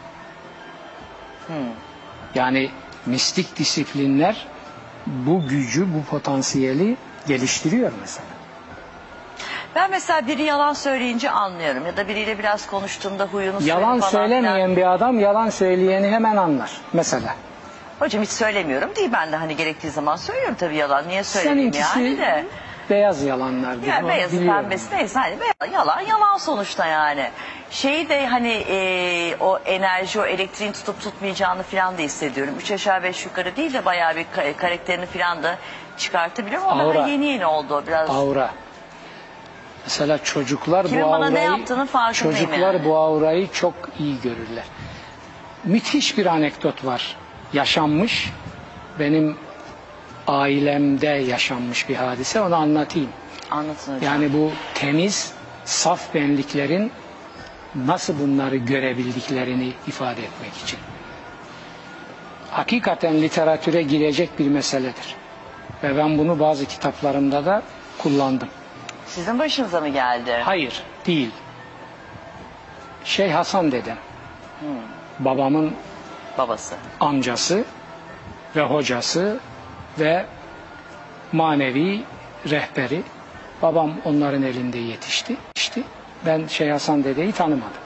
Yani mistik disiplinler bu gücü, bu potansiyeli geliştiriyor mesela. Ben mesela biri yalan söyleyince anlıyorum ya da biriyle biraz konuştuğumda huyunu Yalan söyleyeyim falan söylemeyen filan. bir adam yalan söyleyeni hemen anlar mesela. Hocam hiç söylemiyorum değil, ben de hani gerektiği zaman söylüyorum tabii yalan. Niye söyleyeyim Seninkisi yani de. beyaz yalanlardır. Yani Onu beyazı biliyorum. pembesi neyse hani yalan yalan sonuçta yani. Şeyi de hani o enerji, o elektriğin tutup tutmayacağını falan da hissediyorum. 3 aşağı 5 yukarı değil de bayağı bir karakterini falan da çıkartabiliyorum ama Aura. daha yeni oldu biraz. Aura. Mesela çocuklar Kimin bu bana ne aurayı, yaptığının farkındayım çocuklar yani. bu aurayı çok iyi görürler. Müthiş bir anekdot var. Yaşanmış. Benim ailemde yaşanmış bir hadise. Onu anlatayım. Anlatın hocam. Yani bu temiz, saf benliklerin nasıl bunları görebildiklerini ifade etmek için. Hakikaten literatüre girecek bir meseledir. Ve ben bunu bazı kitaplarımda da kullandım. Sizin başınıza mı geldi? Hayır, değil. Şeyh Hasan dedem. Babamın Babası. amcası ve hocası ve manevi rehberi. Babam onların elinde yetişti. Ben Şeyh Hasan dedeyi tanımadım.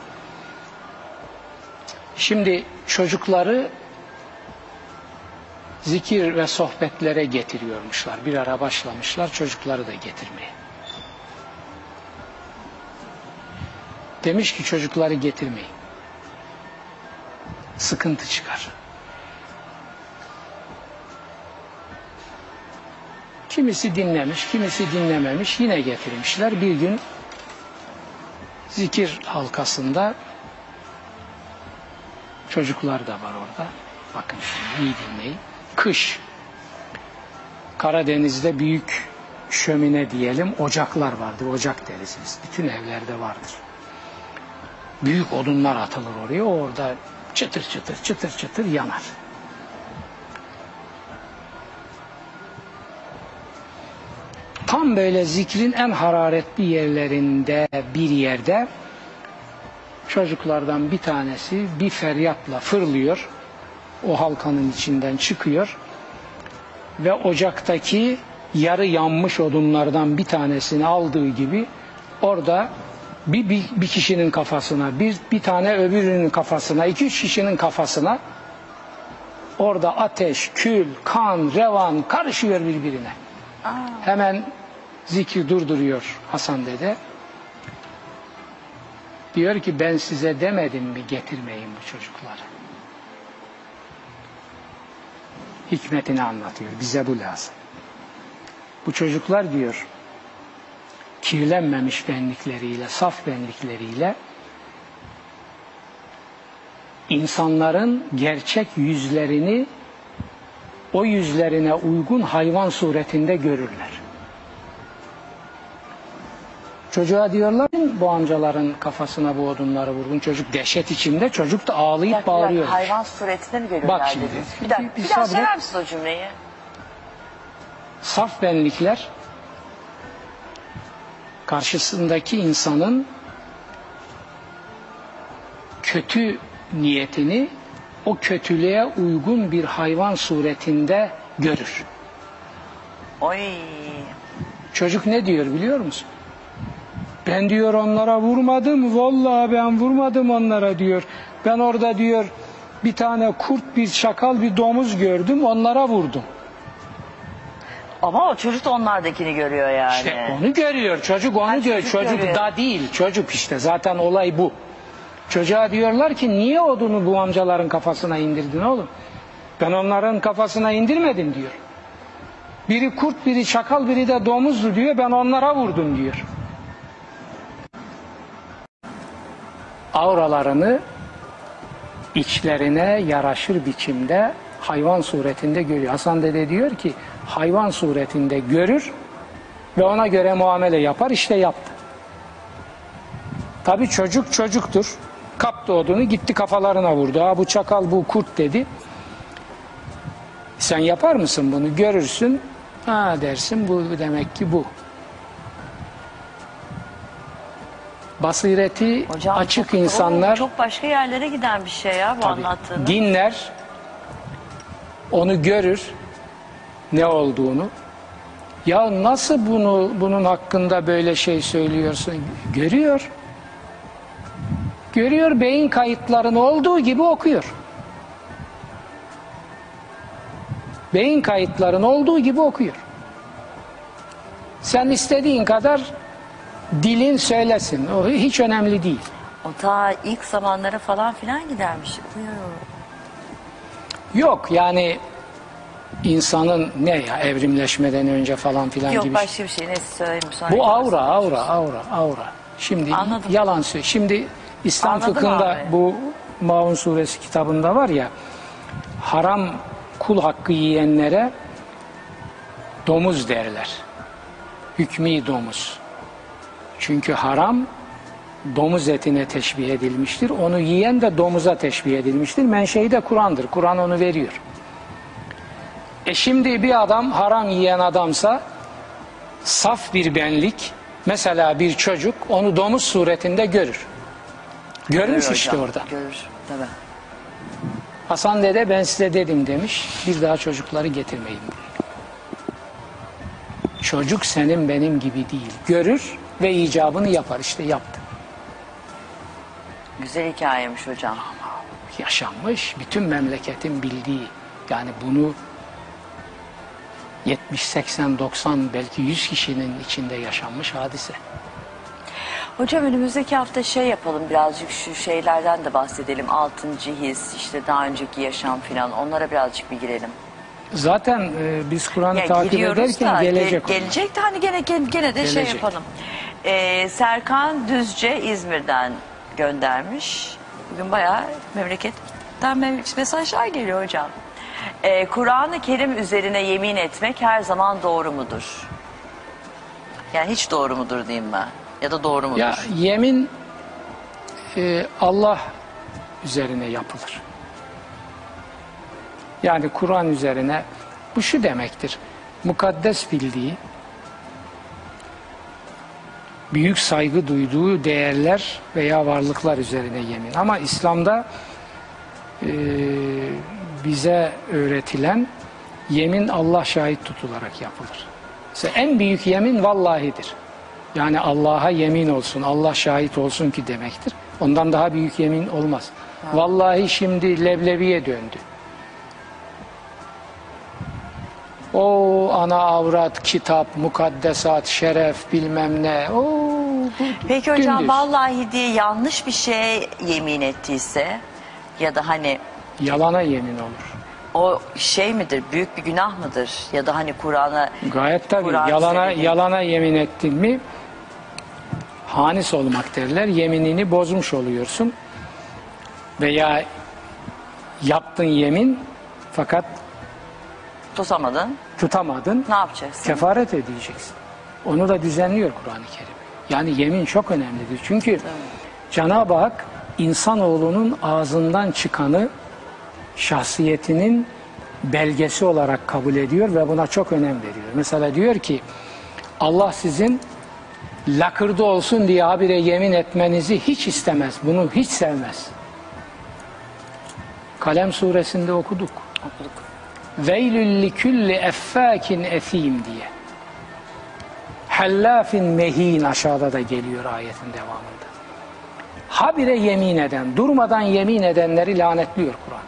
Şimdi çocukları zikir ve sohbetlere getiriyormuşlar. Bir ara başlamışlar çocukları da getirmeye. Demiş ki çocukları getirmeyin. Sıkıntı çıkar. Kimisi dinlemiş, kimisi dinlememiş. Yine getirmişler. Bir gün zikir halkasında çocuklar da var orada. Bakın şimdi iyi dinleyin. Kış. Karadeniz'de büyük şömine diyelim, ocaklar vardır. Ocak deriz biz. Bütün evlerde vardır. Büyük odunlar atılır oraya. Orada çıtır çıtır çıtır çıtır yanar. Tam böyle zikrin en hararetli yerlerinde bir yerde çocuklardan bir tanesi bir feryatla fırlıyor. O halkanın içinden çıkıyor ve ocaktaki yarı yanmış odunlardan bir tanesini aldığı gibi orada bir kişinin kafasına, bir tane öbürünün kafasına, 2-3 kişinin kafasına orada ateş, kül, kan, revan karışıyor birbirine. Hemen zikri durduruyor Hasan dede. Diyor ki ben size demedim mi getirmeyin bu çocukları. Hikmetini anlatıyor. Bize bu lazım. Bu çocuklar diyor kirlenmemiş benlikleriyle, saf benlikleriyle insanların gerçek yüzlerini o yüzlerine uygun hayvan suretinde görürler. Çocuğa diyorlar bu amcaların kafasına bu odunları vurgun. Çocuk dehşet içinde, çocuk da ağlayıp bağırıyor. Hayvan suretinde mi görürler Bak şimdi. dediniz? Bir dakika. Bir daha sabret. söyler misin o cümleyi? Saf benlikler karşısındaki insanın kötü niyetini o kötülüğe uygun bir hayvan suretinde görür. Oy. Çocuk ne diyor biliyor musun? Ben diyor onlara vurmadım, vallahi ben vurmadım onlara diyor. Ben orada diyor bir tane kurt, bir çakal, bir domuz gördüm, onlara vurdum. Ama o çocuk da onlardakini görüyor yani. İşte onu görüyor çocuk, onu görüyor. Çocuk görüyor. da değil, çocuk işte zaten olay bu. Çocuğa diyorlar ki niye odunu bu amcaların kafasına indirdin oğlum? Ben onların kafasına indirmedim diyor. Biri kurt, biri çakal, biri de domuzdu diyor, ben onlara vurdum diyor. Auralarını içlerine yaraşır biçimde hayvan suretinde görüyor. Hasan dede diyor ki hayvan suretinde görür ve ona göre muamele yapar, işte yaptı. Tabii çocuk çocuktur. Kaptı odunu gitti kafalarına vurdu. Ha bu çakal bu kurt dedi. Sen yapar mısın bunu? Görürsün. Ha dersin bu demek ki bu. Basireti Hocam, açık çok, insanlar çok başka yerlere giden bir şey ya bu anlattığınız. dinler, onu görür ne olduğunu. Ya nasıl bunun hakkında böyle şey söylüyorsun? Görüyor. Görüyor, beyin kayıtlarını olduğu gibi okuyor. Beyin kayıtlarını olduğu gibi okuyor. Sen istediğin kadar dilin söylesin. O hiç önemli değil. O ta ilk zamanlara falan filan gidermiş. Yok yani insanın ne ya evrimleşmeden önce falan filan Yok gibi. başka bir şey. Neyse söyleyeyim sonra. Bu aura. Şimdi Anladım. yalan söylüyor. Şimdi İslam Anladım fıkhında abi. bu Maun suresi kitabında var ya, haram kul hakkı yiyenlere domuz derler. Hükmü domuz. Çünkü haram domuz etine teşbih edilmiştir. Onu yiyen de domuza teşbih edilmiştir. Menşei de Kur'an'dır. Kur'an onu veriyor. Şimdi bir adam haram yiyen adamsa saf bir benlik, mesela bir çocuk onu domuz suretinde görür. Görmüş Görür işte hocam, orada. Görür. Tabii. Hasan dede ben size dedim demiş. Bir daha çocukları getirmeyin. Çocuk senin benim gibi değil. Görür ve icabını yapar. İşte yaptı. Güzel hikayemiş hocam. Yaşanmış. Bütün memleketin bildiği. Yani bunu 70, 80, 90 belki 100 kişinin içinde yaşanmış hadise. Hocam önümüzdeki hafta şey yapalım, birazcık şu şeylerden de bahsedelim. Altıncı his, işte daha önceki yaşam filan, onlara birazcık bir girelim. Zaten biz Kur'an'ı Ya takip giriyoruz ederken da, gelecek. gelecek de hani gene de şey Gelecek. yapalım. Serkan Düzce İzmir'den göndermiş. Bugün bayağı memleketten mesajlar geliyor hocam. Kur'an-ı Kerim üzerine yemin etmek her zaman doğru mudur? Yani hiç doğru mudur diyeyim ben. Ya da doğru mudur? Ya yemin Allah üzerine yapılır. Yani Kur'an üzerine bu şu demektir. Mukaddes bildiği, büyük saygı duyduğu değerler veya varlıklar üzerine yemin. Ama İslam'da bize öğretilen yemin Allah şahit tutularak yapılır. Mesela en büyük yemin vallahidir. Yani Allah'a yemin olsun, Allah şahit olsun ki demektir. Ondan daha büyük yemin olmaz. Ha. Vallahi şimdi leblebiye döndü. O ana avrat, kitap, mukaddesat, şeref bilmem ne. Peki hocam gündüz. Vallahi diye yanlış bir şeye yemin ettiyse ya da hani yalana yemin olur. o şey midir? Büyük bir günah mıdır? Ya da hani Kur'an'a gayet tabii yalana yemin ettin mi hanis olmak derler. Yeminini bozmuş oluyorsun. Veya yaptın yemin fakat tutamadın. Ne yapacaksın? Kefaret edeceksin. Onu da düzenliyor Kur'an-ı Kerim. Yani yemin çok önemlidir. Çünkü Cenab-ı Hak insanoğlunun ağzından çıkanı şahsiyetinin belgesi olarak kabul ediyor ve buna çok önem veriyor. Mesela diyor ki Allah sizin lakırdı olsun diye habire yemin etmenizi hiç istemez. Bunu hiç sevmez. Kalem suresinde okuduk. Veylül likulli effâkin efîm diye. Hellâfin mehin aşağıda da geliyor ayetin devamında. Habire yemin eden, durmadan yemin edenleri lanetliyor Kur'an.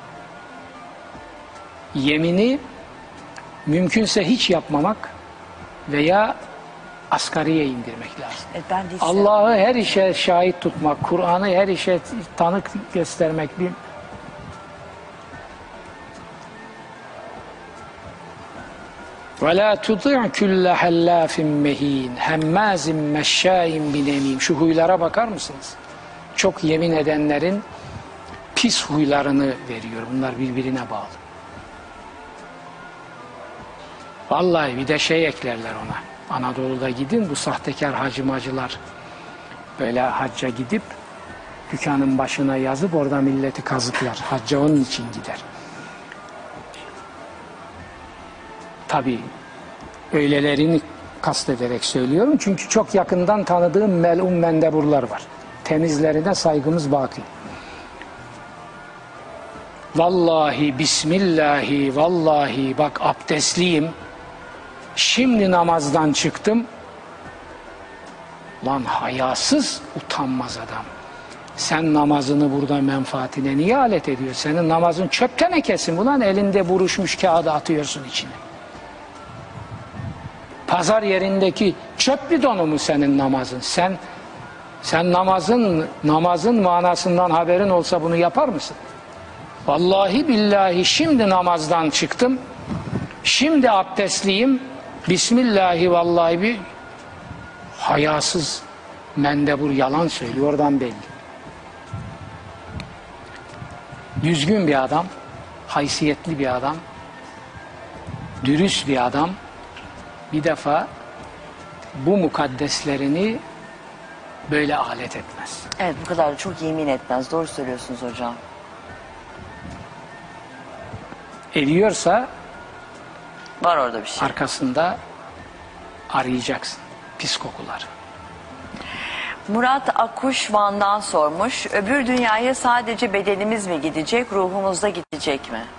Yemini mümkünse hiç yapmamak veya asgariye indirmek lazım. Allah'ı her işe şahit tutmak, Kur'an'ı her işe tanık göstermek bir وَلَا تُطِعْ كُلَّ حَلَّافٍ مَه۪ينٍ هَمَّازٍ مَشَّاءٍ بِنَم۪يمٍ Şu huylara bakar mısınız? Çok yemin edenlerin pis huylarını veriyor. Bunlar birbirine bağlı. Vallahi bir de şey eklerler ona. Anadolu'da gidin bu sahtekar hacımacılar böyle hacca gidip dükkanın başına yazıp orada milleti kazıklar. Hacca onun için gider. Tabii öylelerini kastederek söylüyorum. Çünkü çok yakından tanıdığım melun mendeburlar var. Temizlerine saygımız baki. Vallahi, bismillahi, vallahi bak abdestliyim. Şimdi namazdan çıktım. Lan hayasız, utanmaz adam. Sen namazını burada menfaatine niye alet ediyor? Senin namazın çöp tenekesi mi lan? Elinde buruşmuş kağıdı atıyorsun içine. Pazar yerindeki çöp bidonu mu senin namazın? Sen namazın manasından haberin olsa bunu yapar mısın? Vallahi billahi şimdi namazdan çıktım. Şimdi abdestliyim. Bismillahi vallahi bir hayasız mendebur yalan söylüyor, oradan belli. Düzgün bir adam, haysiyetli bir adam, dürüst bir adam bir defa bu mukaddeslerini böyle alet etmez. Evet, bu kadar da çok yemin etmez. Doğru söylüyorsunuz hocam. Ediyorsa Var orada bir şey. arkasında arayacaksın pis kokular. Murat Akkuş Van'dan sormuş. Öbür dünyaya sadece bedenimiz mi gidecek, ruhumuz da gidecek mi?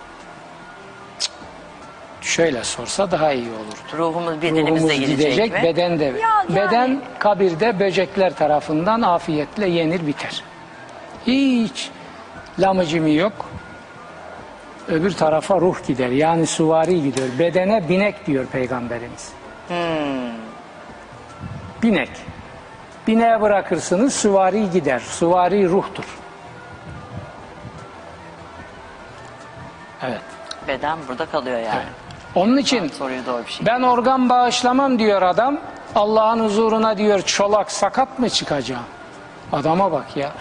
Şöyle sorsa daha iyi olur. Ruhumuz, bedenimiz Ruhumuz de gidecek mi? beden de. Yani. Beden kabirde böcekler tarafından afiyetle yenir biter. Hiç lamıcımı yok. Öbür tarafa ruh gider. Yani suvari gidiyor. Bedene binek diyor Peygamberimiz. Binek. Bineğe bırakırsınız suvari gider. Suvari ruhtur. Evet. Beden burada kalıyor yani. Evet. Onun için Soruyu doğru bir şey. ben organ bağışlamam diyor adam. Allah'ın huzuruna diyor çolak sakat mı çıkacağım? Adama bak ya.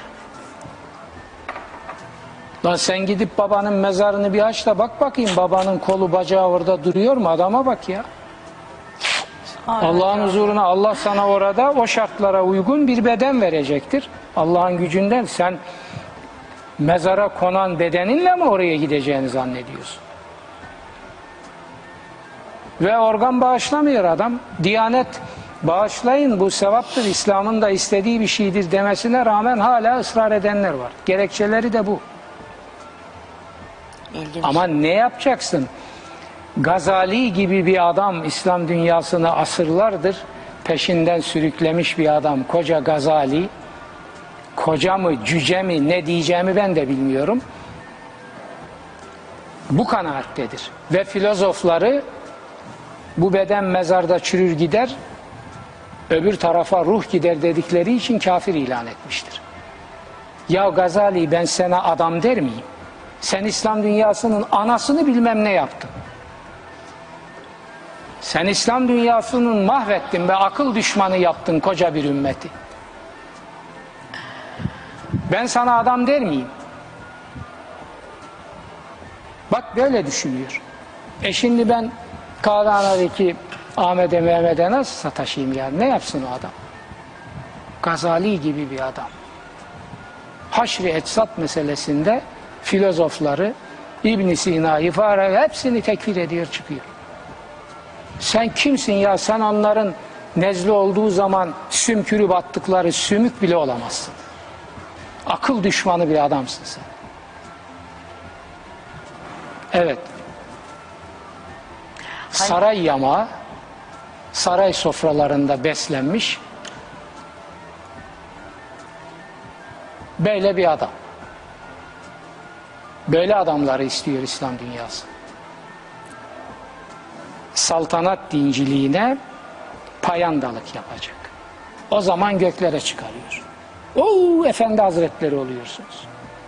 Lan sen gidip babanın mezarını bir aç da bak bakayım, babanın kolu bacağı orada duruyor mu? Adama bak ya. Allah'ın huzuruna, Allah sana orada o şartlara uygun bir beden verecektir. Allah'ın gücünden sen mezara konan bedeninle mi oraya gideceğini zannediyorsun? Ve organ bağışlamıyor adam. Diyanet bağışlayın bu sevaptır, İslam'ın da istediği bir şeydir demesine rağmen hala ısrar edenler var. Gerekçeleri de bu. İlginç. Ama ne yapacaksın? Gazali gibi bir adam İslam dünyasını asırlardır peşinden sürüklemiş bir adam. Koca Gazali, koca mı cüce mi ne diyeceğimi ben de bilmiyorum. Bu kanaattedir. Ve filozofları bu beden mezarda çürür gider, öbür tarafa ruh gider dedikleri için kafir ilan etmiştir. Ya Gazali, ben sana adam der miyim? Sen İslam dünyasının anasını bilmem ne yaptın. Sen İslam dünyasının mahvettin ve akıl düşmanı yaptın koca bir ümmeti. Ben sana adam der miyim? Bak böyle düşünüyor. Şimdi ben Kahvehane'deki Ahmet'e Mehmet'e nasıl sataşayım yani? Ne yapsın o adam? Gazali gibi bir adam. Haşr-ı Eczat meselesinde filozofları İbn Sina'yı, Farabi hepsini tekfir ediyor çıkıyor. Sen kimsin ya? Sen onların nezle olduğu zaman sümkürüp attıkları sümük bile olamazsın. Akıl düşmanı bir adamsın sen. Evet. Saray yamağı, saray sofralarında beslenmiş böyle bir adam. Böyle adamları istiyor İslam dünyası. Saltanat dinciliğine payandalık yapacak. O zaman göklere çıkarıyor. Oo, Efendi Hazretleri oluyorsunuz.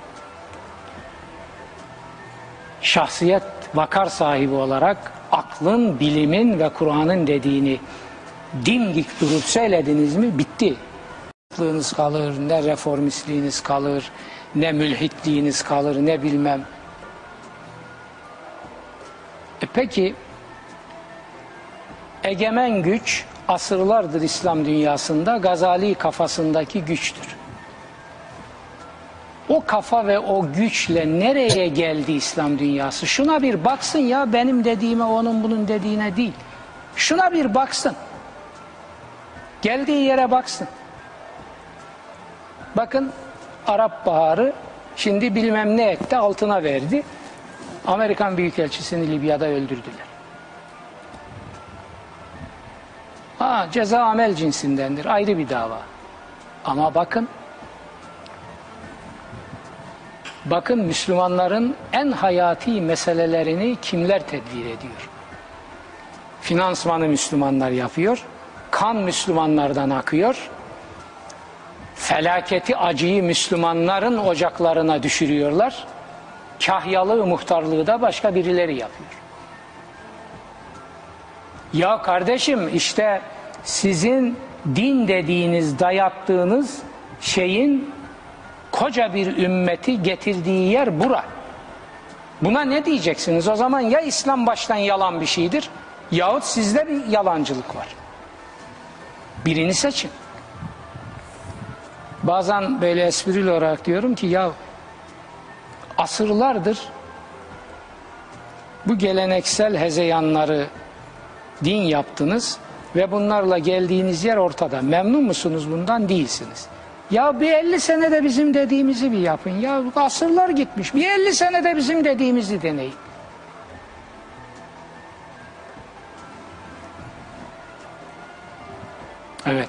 Şahsiyet, vakar sahibi olarak aklın, bilimin ve Kur'an'ın dediğini dimdik durup söylediniz mi bitti. Aklınız kalır, ne reformistliğiniz kalır, ne mülhitliğiniz kalır, ne bilmem. Peki egemen güç asırlardır İslam dünyasında Gazali kafasındaki güçtür. O kafa ve o güçle nereye geldi İslam dünyası? Şuna bir baksın ya, benim dediğime onun bunun dediğine değil. Şuna bir baksın. Geldiği yere baksın. Bakın Arap Baharı şimdi bilmem ne etti, altına verdi. Amerikan Büyükelçisini Libya'da öldürdüler. Ceza amel cinsindendir, ayrı bir dava. Ama bakın Müslümanların en hayati meselelerini kimler tedbir ediyor? Finansmanı Müslümanlar yapıyor. Kan Müslümanlardan akıyor. Felaketi, acıyı Müslümanların ocaklarına düşürüyorlar. Kahyalığı, muhtarlığı da başka birileri yapıyor. Ya kardeşim, işte sizin din dediğiniz, dayattığınız şeyin koca bir ümmeti getirdiği yer bura. Buna ne diyeceksiniz? O zaman ya İslam baştan yalan bir şeydir, yahut sizde bir yalancılık var. Birini seçin. Bazen böyle esprili olarak diyorum ki, ya asırlardır bu geleneksel hezeyanları din yaptınız ve bunlarla geldiğiniz yer ortada. Memnun musunuz bundan? Değilsiniz. Ya bir 50 senede bizim dediğimizi bir yapın. Ya asırlar gitmiş. Bir 50 senede bizim dediğimizi deneyin. Evet.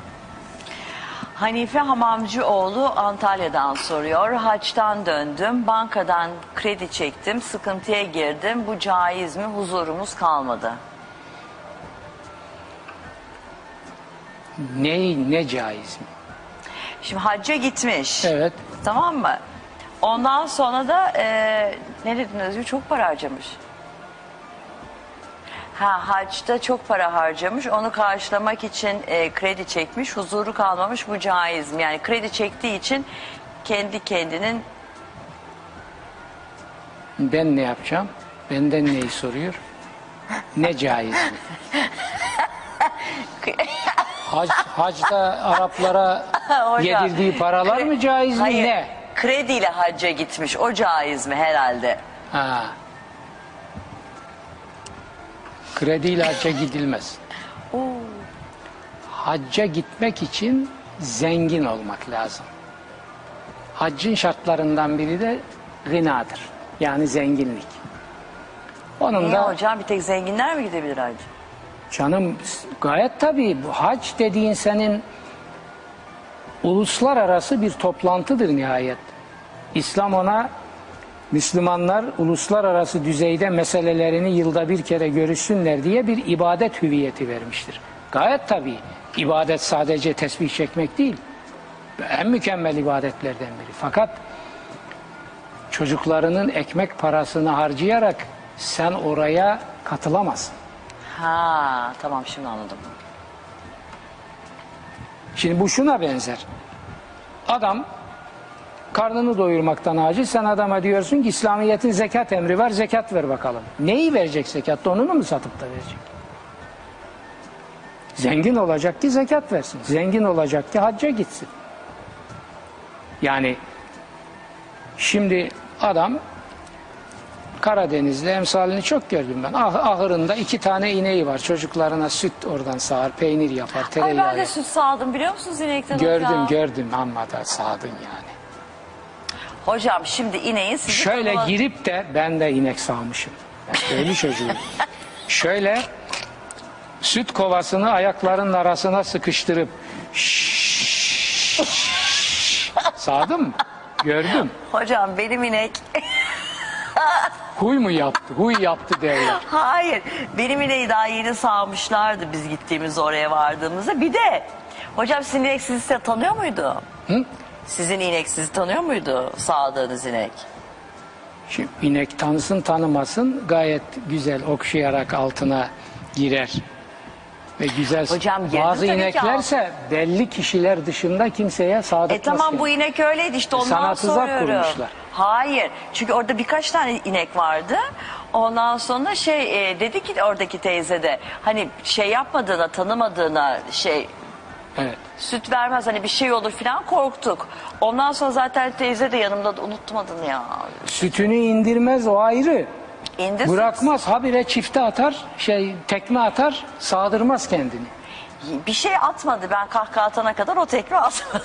Hanife Hamamcıoğlu Antalya'dan soruyor. Haçtan döndüm, bankadan kredi çektim, sıkıntıya girdim. Bu caiz mi? Huzurumuz kalmadı. Ne caiz mi? Şimdi hacca gitmiş. Evet. Tamam mı? Ondan sonra da ne dedin Özgür? Çok para harcamış. Haçta çok para harcamış. Onu karşılamak için kredi çekmiş. Huzuru kalmamış. Bu caiz mi? Yani kredi çektiği için kendi kendinin... Ben ne yapacağım? Benden neyi soruyor? Ne caiz mi? Hacda Araplara Hocam, yedirdiği paralar mı caiz mi? Hayır, Ne? krediyle hacca gitmiş. O caiz mi herhalde? Ha. Krediyle hacca gidilmez. Oo. Hacca gitmek için zengin olmak lazım. Haccın şartlarından biri de gınadır. Yani zenginlik. Onun Niye da hocam? Bir tek zenginler mi gidebilir hacca? canım gayet tabii, bu hac dediğin senin uluslararası bir toplantıdır nihayet. İslam ona, Müslümanlar uluslararası düzeyde meselelerini yılda bir kere görüşsünler diye bir ibadet hüviyeti vermiştir. Gayet tabii, ibadet sadece tesbih çekmek değil. En mükemmel ibadetlerden biri. Fakat çocuklarının ekmek parasını harcayarak sen oraya katılamazsın. Tamam, şimdi anladım. Şimdi bu şuna benzer. Adam karnını doyurmaktan aciz, sen adama diyorsun ki İslamiyet'in zekat emri var, zekat ver bakalım. Neyi verecek zekat? Donunu mu satıp da verecek? Zengin olacak ki zekat versin. Zengin olacak ki hacca gitsin. Yani şimdi adam Karadeniz'de emsalini çok gördüm ben. Ahırında 2 tane ineği var. Çocuklarına süt oradan sağar, peynir yapar, tereyağı. Ay ben de süt sağdım, biliyor musunuz inekten Gördüm amma da sağdın yani. Hocam şimdi ineğin sizi... Şöyle girip de ben de inek sağmışım. Ben öyle çocuğum. Şöyle süt kovasını ayaklarının arasına sıkıştırıp sağdın mı? Gördüm. Hocam benim inek... Huy mu yaptı? Huy yaptı derler. Hayır. Benim ineği daha yeni sağmışlardı biz gittiğimiz oraya vardığımızda. Bir de hocam sizin inek sizi tanıyor muydu? Hı? Sizin inek sizi tanıyor muydu? Sağdığınız inek. Şimdi inek tanısın tanımasın gayet güzel okşayarak altına girer. Ve güzel. Hocam, bazı tabii ki ineklerse belli kişiler dışında kimseye sadık Tamam, bu inek öyleydi işte, ondan sanatı zap soruyorum. kurmuşlar. Hayır. Çünkü orada birkaç tane inek vardı. Ondan sonra dedi ki oradaki teyze de hani yapmadığına, tanımadığına Evet. süt vermez, hani bir şey olur falan, korktuk. Ondan sonra zaten teyze de yanımda, da unuttum adını ya. Sütünü indirmez, o ayrı. İndirsin. Bırakmaz, habire çifte atar, tekme atar, sağdırmaz kendini. Bir şey atmadı, ben kahkaha atana kadar o tekme atmadı.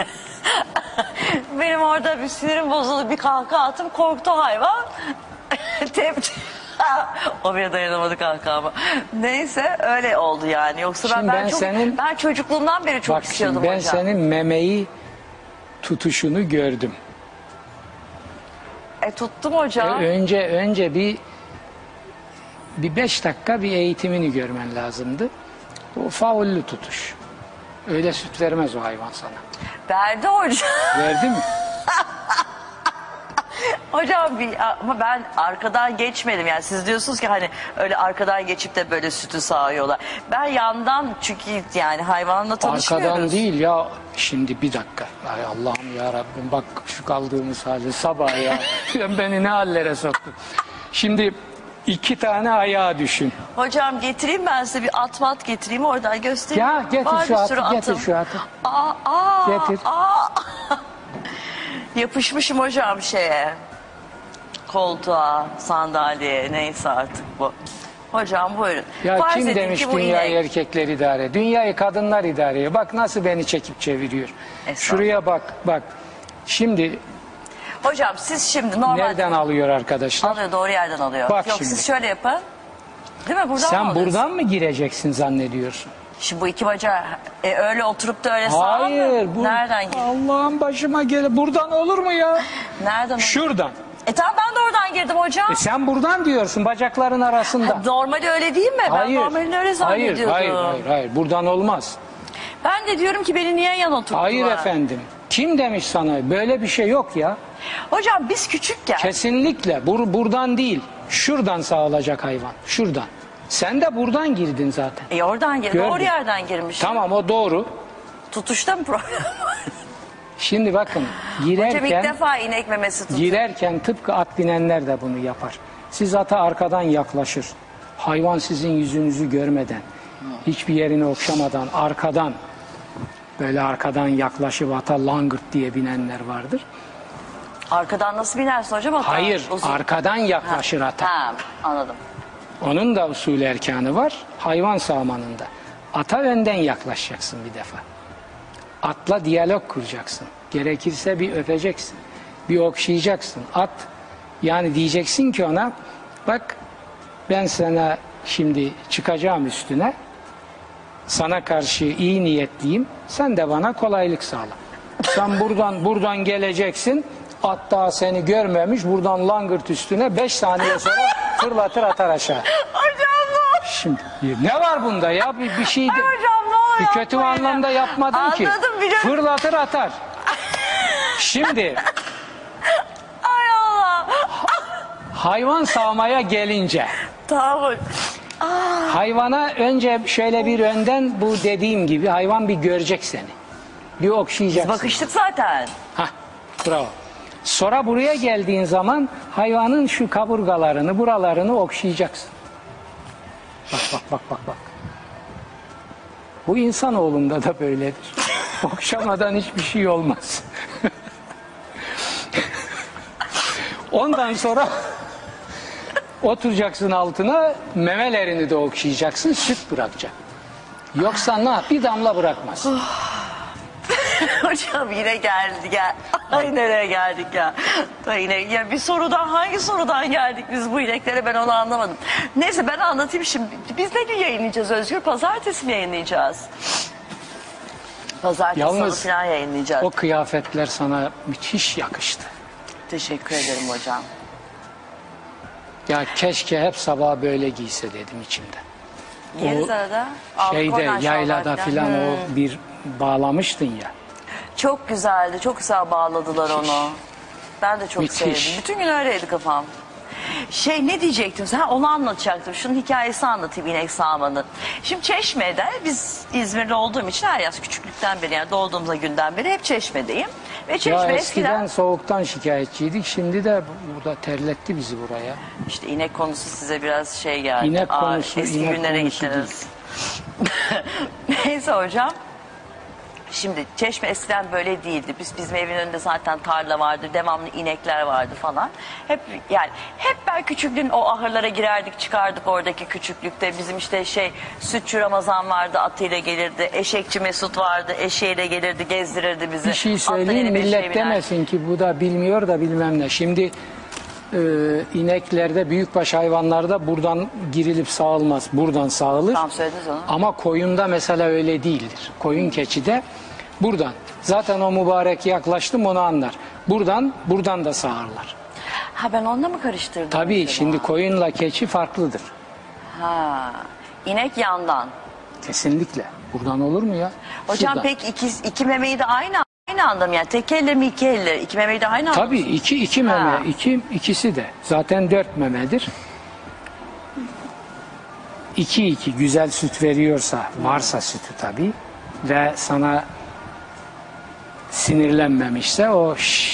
Benim orada bir sinirim bozuldu, bir kahkaha attım, korktu hayvan. Tepti. O bile dayanamadı kahkahama. Neyse öyle oldu yani. Yoksa Şimdi ben çocukluğumdan beri çok istiyordum ben hocam. senin memeyi tutuşunu gördüm. Tuttum hocam. Önce bir bir 5 dakika bir eğitimini görmen lazımdı. O faullü tutuş. Öyle süt vermez o hayvan sana. Verdi hocam. Verdi mi? Hocam ama ben arkadan geçmedim. Yani siz diyorsunuz ki hani öyle arkadan geçip de böyle sütü sağıyorlar. Ben yandan, çünkü yani hayvanla tanışmıyoruz. Arkadan değil ya. Şimdi bir dakika. Ay Allah'ım ya Rabbim, bak şu kaldığımız hali sabah ya. Sen beni ne hallere soktun. Şimdi 2 tane ayağı düşün. Hocam getireyim ben size bir at getireyim, oradan göstereyim. Ya getir Var şu bir sürü atı, getir atım. şu atı. Getir. Yapışmışım hocam şeye. Koltuğa, sandalyeye, neyse artık bu. Hocam buyurun. Ya Farz kim edin demiş ki bu dünyayı inek. erkekler idare? Dünyayı kadınlar idare ediyor. Bak nasıl beni çekip çeviriyor. Şuraya bak, bak. Şimdi Hocam siz şimdi normal... nereden alıyor arkadaşlar? Alıyor, doğru yerden alıyor. Bak Yok şimdi. siz şöyle yapın. Değil mi? Buradan mı Sen alıyorsun? buradan mı gireceksin zannediyorsun? Şimdi bu iki bacağı öyle oturup da öyle sağ Hayır. mı? Nereden gir? Allah'ım başıma gele. Buradan olur mu ya? Nereden? Şuradan. Tamam, ben de oradan girdim hocam. Sen buradan diyorsun, bacakların arasında. Normali öyle değil mi? Ben normalini öyle zannediyordum. Hayır. Buradan olmaz. Ben de diyorum ki beni niye yan oturttular? Hayır efendim. Kim demiş sana? Böyle bir şey yok ya. Hocam biz küçükken... Kesinlikle. Buradan değil. Şuradan sağılacak hayvan. Şuradan. Sen de buradan girdin zaten. Oradan girdim. Gördüm. Doğru yerden girmiş. Tamam, o doğru. Tutuşta mı problem var? Şimdi bakın, Hocam ilk girerken defa inek memesi tutuyor. girerken tıpkı at binenler de bunu yapar. Siz ata arkadan yaklaşır. Hayvan sizin yüzünüzü görmeden, hiçbir yerini okşamadan, arkadan, böyle arkadan yaklaşıp ata langırt diye binenler vardır. Arkadan nasıl binersin hocam ata? Hayır, Uzun. arkadan yaklaşır ata. Ha, anladım. Onun da usul erkanı var, hayvan sağmanında. Ata önden yaklaşacaksın bir defa. Atla diyalog kuracaksın. Gerekirse bir öpeceksin. Bir okşayacaksın. At, yani diyeceksin ki ona, bak ben sana şimdi çıkacağım üstüne. Sana karşı iyi niyetliyim. Sen de bana kolaylık sağla. Sen buradan geleceksin. At daha seni görmemiş. Buradan langırt üstüne 5 saniye sonra fırlatır atar aşağı. Hocam bu. Şimdi ne var bunda ya? Bir şey Hocam ne olur bir kötü yapmayın. anlamda yapmadım ki. Anladım, biliyorum. Fırlatır atar. Şimdi Ay Allah. hayvan sağmaya gelince Tamam. hayvana önce şöyle bir önden, bu dediğim gibi hayvan bir görecek seni. Bir okşayacaksın. Bakıştık zaten. Hah, bravo. Sonra buraya geldiğin zaman hayvanın şu kaburgalarını, buralarını okşayacaksın. Bak. Bu insanoğlunda da böyledir. Okşamadan hiçbir şey olmaz. Ondan sonra oturacaksın altına, memelerini de okşayacaksın, süt bırakacak. Yoksa ne yap? Bir damla bırakmaz. Hocam yine geldi gel. Ay nereye geldik ya? Yine ya bir sorudan, hangi sorudan geldik biz bu ineklere, ben onu anlamadım. Neyse ben anlatayım şimdi. Biz ne gün yayınlayacağız Özgür? Pazartesi mi yayınlayacağız? Pazartesi Yalnız salı falan yayınlayacağız. o kıyafetler sana müthiş yakıştı. Teşekkür ederim hocam. Ya keşke hep sabah böyle giyse dedim içimde. Yeriz arada. Altı Şeyde, kornaj yaylada şalvar filan o bir bağlamıştın ya. Çok güzeldi. Çok güzel bağladılar onu. Ben de çok Müthiş. sevdim. Bütün gün öyleydi kafam. Ne diyecektim? Sen onu anlatacaktım. Şunun hikayesi anlatayım inek sağmanın. Şimdi Çeşme'de, biz İzmirli olduğum için her yaz küçüklükten beri, yani doğduğumuz günden beri hep Çeşme'deyim. Ve Çeşme Ya eskiden eskiden soğuktan şikayetçiydik. Şimdi de burada terletti bizi buraya. işte inek konusu size biraz şey geldi. İnek konusu, eski inek günlere konusu gittiniz. Neyse hocam. Şimdi Çeşme eskiden böyle değildi. Bizim evin önünde zaten tarla vardı, devamlı inekler vardı falan. Hep ben küçüklüğün o ahırlara girerdik, çıkardık oradaki küçüklükte. Bizim işte Sütçü Ramazan vardı, atıyla gelirdi. Eşekçi Mesut vardı, eşeğiyle gelirdi, gezdirirdi bizi. Bir şey Atla söyleyeyim, yeni beşeğe millet biner. demesin ki bu da bilmiyor da bilmem ne. Şimdi ineklerde, büyükbaş hayvanlarda buradan girilip sağılmaz. Buradan sağılır. Tamam, söylediniz onu. Ama koyunda mesela öyle değildir. Koyun keçide buradan. Zaten o mübarek yaklaştım onu anlar. Buradan da sağırlar. Ha, ben onunla mı karıştırdım? Tabii acaba? şimdi koyunla keçi farklıdır. Ha. İnek yandan. Kesinlikle. Buradan olur mu ya? Hocam Şuradan. peki iki memeyi de aynı anda mı yani? Tek elle mi iki elle? İki memeyi de aynı anda mı? Tabii iki meme. Ha. İkisi de. Zaten 4 memedir. 2 güzel süt veriyorsa, varsa sütü tabii ve sana sinirlenmemişse o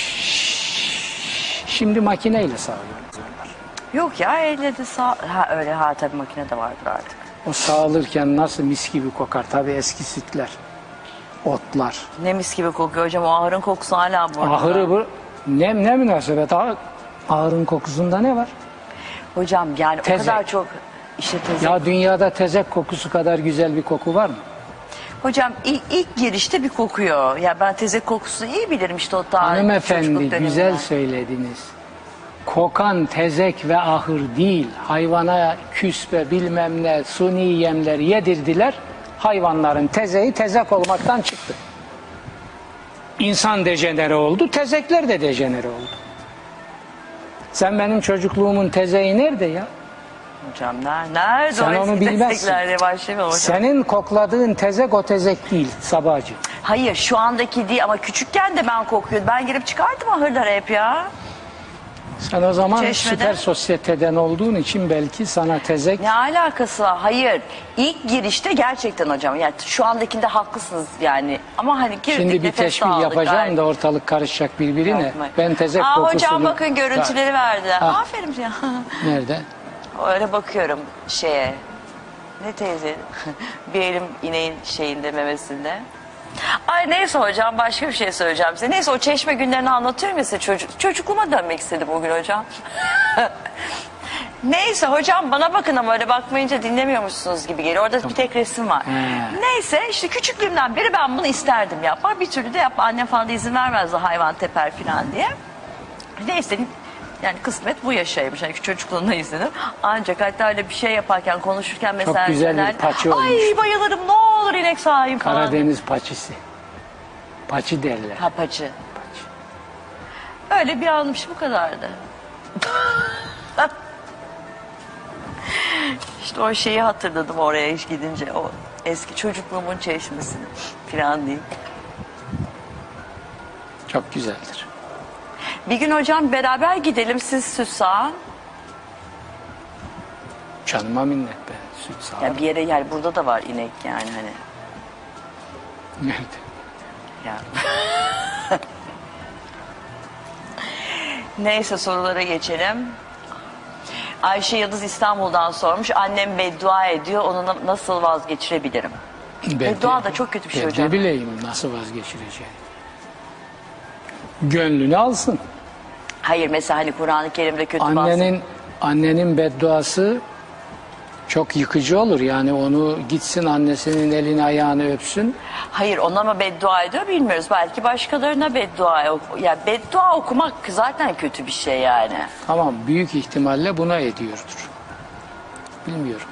şimdi makineyle sağlıyoruz onlar. Yok ya elle de öyle tabii makine de vardır artık. O sağılırken nasıl mis gibi kokar. Tabii eski sütler, otlar. Ne mis gibi kokuyor hocam, o ahırın kokusu hala burada. Ahırı bu. Ne münasebet. Ahırın kokusunda ne var? Hocam yani Tezek. o kadar çok işte tezek. Ya dünyada tezek kokusu kadar güzel bir koku var mı? Hocam ilk girişte bir kokuyor. Ya ben tezek kokusunu iyi bilirim işte o tarih. Hanımefendi güzel söylediniz. Kokan tezek ve ahır değil, hayvana küspe bilmem ne suni yemler yedirdiler. Hayvanların tezeği tezek olmaktan çıktı. İnsan dejenere oldu, tezekler de dejenere oldu. Sen benim çocukluğumun tezeği nerede ya? Hocam nerede Sen o onu eski bilmezsin. tezeklerle başlayalım hocam. Senin kokladığın tezek o tezek değil Sabahcığım. Hayır şu andaki değil ama küçükken de ben kokuyordum. Ben girip çıkardım ahırlara hep ya. Sen o zaman Çeşmede. süper sosyeteden olduğun için belki sana tezek... Ne alakası var? Hayır. İlk girişte gerçekten hocam. Yani şu andakinde haklısınız yani. Ama hani girdik Şimdi bir nefes teşbih aldık yapacağım gayet. da ortalık karışacak birbirine. Yapmayın. Ben tezek kokusunu... Hocam bakın görüntüleri verdiler. Ha. Aferin ya. Nerede? Öyle bakıyorum şeye. Ne teyze? Bir elim ineğin şeyinde, memesinde. Ay neyse hocam, başka bir şey söyleyeceğim size. Neyse o çeşme günlerini anlatıyorum ya size, çocukluğuma dönmek istedim bugün hocam. Neyse hocam bana bakın ama öyle bakmayınca dinlemiyormuşsunuz gibi geliyor. Orada bir tek resim var. Neyse işte küçüklüğümden beri ben bunu isterdim yapmak. Bir türlü de yapma. Annem falan da izin vermezdi hayvan teper falan diye. Neyse yani kısmet bu yaşaymış. Yani çocukluğunda izledim. Ancak hatta öyle bir şey yaparken, konuşurken mesela... Çok güzel bir şeyler, paçı olmuş. Ay bayılırım ne olur inek sağayım falan. Karadeniz paçisi. Paçı derler. Ha paçı. Öyle bir anmış bu kadardı. İşte o şeyi hatırladım oraya iş gidince. O eski çocukluğumun çeşmesini falan diyeyim. Çok güzeldir. Bir gün hocam beraber gidelim, siz süt sağın. Canıma minnet be. Süt sağ. Yani bir yere, yani burada da var inek yani hani. Nerede? Ya. Neyse sorulara geçelim. Ayşe Yıldız İstanbul'dan sormuş. Annem beddua ediyor. Onu nasıl vazgeçirebilirim? Beddua da çok kötü bir şey hocam. Ne bileyim nasıl vazgeçireceğim. Gönlünü alsın. Hayır mesela hani Kur'an-ı Kerim'de kötü bahsediyor. Annenin bedduası çok yıkıcı olur. Yani onu gitsin annesinin elini ayağını öpsün. Hayır ona mı beddua ediyor bilmiyoruz. Belki başkalarına beddua. Yani beddua okumak zaten kötü bir şey yani. Tamam büyük ihtimalle buna ediyordur. Bilmiyorum.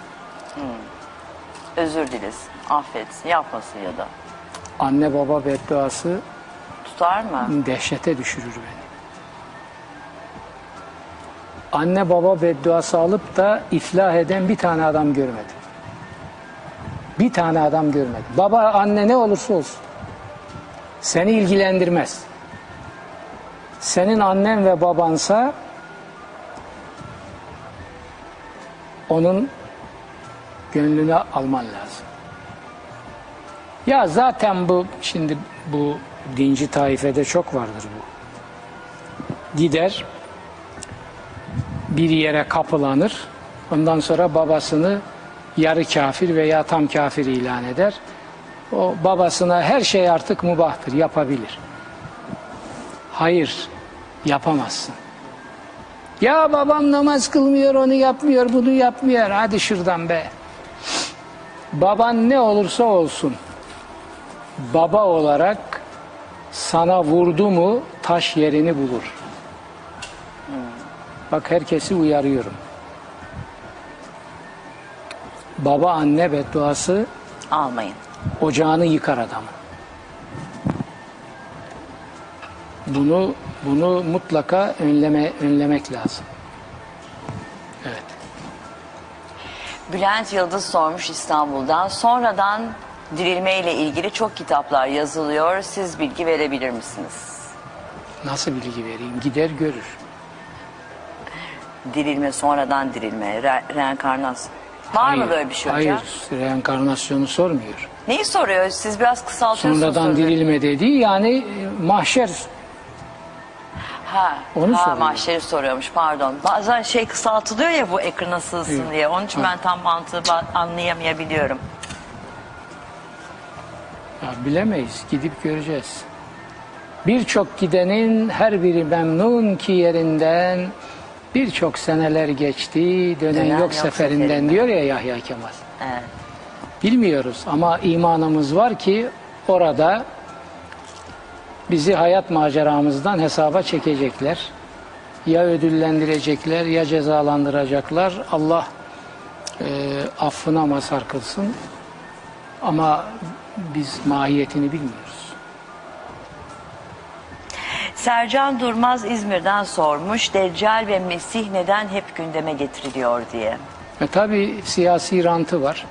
Özür dilesin, affetsin, yapmasın ya da. Anne baba bedduası Tutar mı? dehşete düşürür beni. Anne baba bedduası alıp da iflah eden bir tane adam görmedim. Bir tane adam görmedim. Baba anne ne olursa olsun. Seni ilgilendirmez. Senin annen ve babansa onun gönlünü alman lazım. Ya zaten bu şimdi bu dinci taifede çok vardır bu. Gider bir yere kapılanır. Ondan sonra babasını yarı kafir veya tam kafir ilan eder. O babasına her şey artık mubahtır, yapabilir. Hayır, yapamazsın. Ya babam namaz kılmıyor, onu yapmıyor, bunu yapmıyor. Hadi şuradan be. Baban ne olursa olsun, baba olarak sana vurdu mu taş yerini bulur. Bak herkesi uyarıyorum. Baba anne bedduası Almayın. ocağını yıkar adamın. Bunu mutlaka önlemek lazım. Evet. Bülent Yıldız sormuş İstanbul'dan. Sonradan dirilme ile ilgili çok kitaplar yazılıyor. Siz bilgi verebilir misiniz? Nasıl bilgi vereyim? Gider görür. Dirilme, sonradan dirilme, reenkarnasyon. Var mı böyle bir şey hocam? Hayır, reenkarnasyonu sormuyor. Neyi soruyor? Siz biraz kısaltıyorsunuz. Sonradan soruyu. dirilme dediği yani mahşer. Onu soruyor. Mahşeri soruyormuş, pardon. Bazen şey kısaltılıyor ya bu ekrana sığsın diye. Onun için ben tam mantığı anlayamayabiliyorum. Ya bilemeyiz, gidip göreceğiz. Birçok gidenin her biri memnun ki yerinden, birçok seneler geçti, dönen yok seferinden diyor ya Yahya Kemal. Evet. Bilmiyoruz ama imanımız var ki orada bizi hayat maceramızdan hesaba çekecekler. Ya ödüllendirecekler ya cezalandıracaklar. Allah affına mazhar kılsın. Ama biz mahiyetini bilmiyoruz. Sercan Durmaz İzmir'den sormuş. Deccal ve Mesih neden hep gündeme getiriliyor diye. Tabii siyasi rantı var.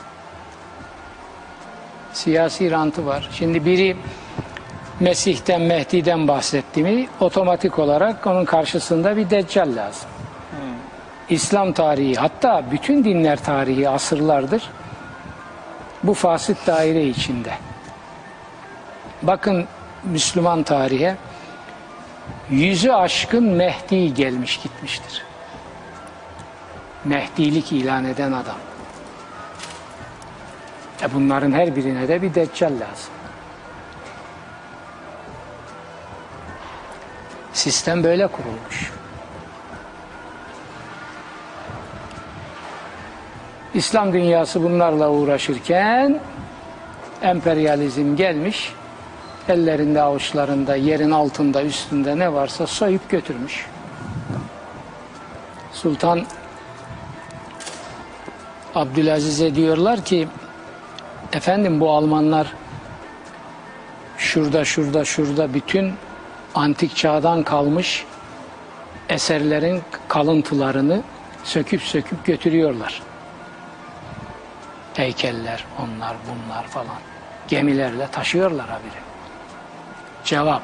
Siyasi rantı var. Şimdi biri Mesih'ten, Mehdi'den bahsetti mi otomatik olarak onun karşısında bir Deccal lazım. İslam tarihi, hatta bütün dinler tarihi asırlardır bu fasit daire içinde. Bakın Müslüman tarihe 100'ü aşkın Mehdi gelmiş gitmiştir. Mehdilik ilan eden adam. Bunların her birine de bir Deccal lazım. Sistem böyle kurulmuş. İslam dünyası bunlarla uğraşırken emperyalizm gelmiş, ellerinde avuçlarında, yerin altında, üstünde ne varsa soyup götürmüş. Sultan Abdülaziz'e diyorlar ki, efendim bu Almanlar şurada bütün antik çağdan kalmış eserlerin kalıntılarını söküp götürüyorlar. Heykeller, onlar bunlar falan. Gemilerle taşıyorlar habire. Cevap: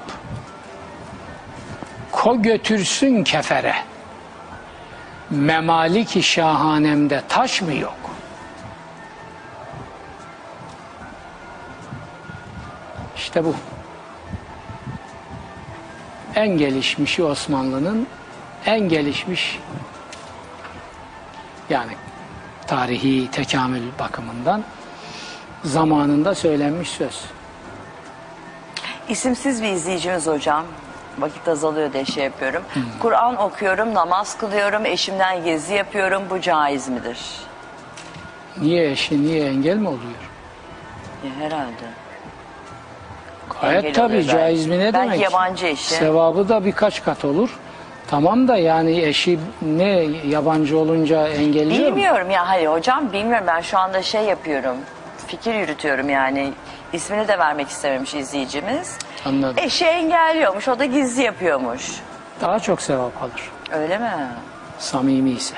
ko götürsün kefere. Memalik-i şahanemde taş mı yok? İşte bu. En gelişmişi Osmanlı'nın en gelişmiş, yani tarihi tekamül bakımından zamanında söylenmiş söz. İsimsiz bir izleyicimiz hocam. Vakit azalıyor diye şey yapıyorum. Kur'an okuyorum, namaz kılıyorum, eşimden gezi yapıyorum. Bu caiz midir? Niye engel mi oluyor? Herhalde. Gayet tabii caiz mi ne demek? Belki yabancı eşi. Sevabı da birkaç kat olur. Tamam da yani eşi ne yabancı olunca engelliyor mu? Bilmiyorum ya, hayır hocam bilmiyorum, ben şu anda şey yapıyorum. Fikir yürütüyorum yani. İsmini de vermek istememiş izleyicimiz. Anladım. Eşi engelliyormuş, o da gizli yapıyormuş. Daha çok sevap alır. Öyle mi? Samimi ise.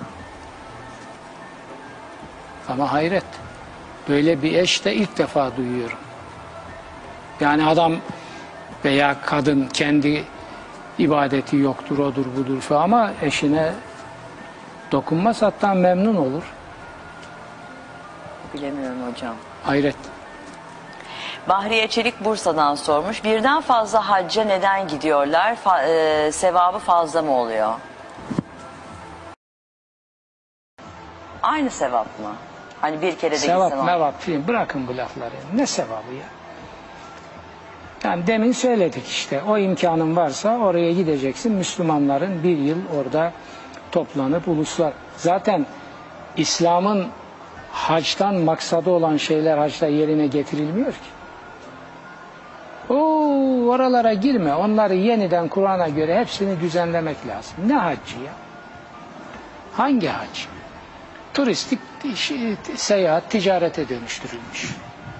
Ama hayret. Böyle bir eş de ilk defa duyuyorum. Yani adam veya kadın kendi ibadeti yoktur, odur budur falan ama eşine dokunmaz, hatta memnun olur. Bilemiyorum hocam. Hayret. Bahriye Çelik Bursa'dan sormuş. Birden fazla hacca neden gidiyorlar? Sevabı fazla mı oluyor? Aynı sevap mı? Hani bir kere de Sevap gitsen mevap filan, bırakın bu lafları. Ne sevabı ya? Yani demin söyledik işte, o imkanın varsa oraya gideceksin. Müslümanların bir yıl orada toplanıp uluslar. Zaten İslam'ın hacdan maksadı olan şeyler hacda yerine getirilmiyor ki. Oralara girme. Onları yeniden Kur'an'a göre hepsini düzenlemek lazım. Ne haccı ya? Hangi hac? Turistik seyahat ticarete dönüştürülmüş.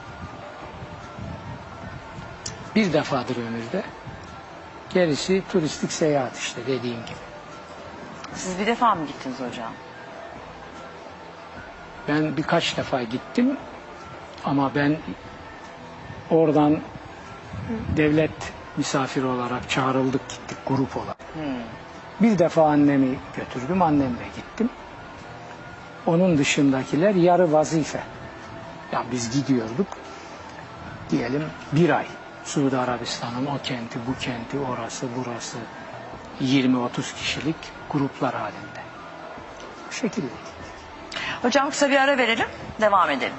Bir defadır ömürde. Gerisi turistik seyahat işte dediğim gibi. Siz bir defa mı gittiniz hocam? Ben birkaç defa gittim ama ben oradan devlet misafiri olarak çağrıldık, gittik grup olarak. Bir defa annemi götürdüm, annemle gittim. Onun dışındakiler yarı vazife. Ya biz gidiyorduk, diyelim bir ay. Suudi Arabistan'ın o kenti, bu kenti, orası, burası 20-30 kişilik gruplar halinde. Bu şekilde. Hocam kısa bir ara verelim, devam edelim.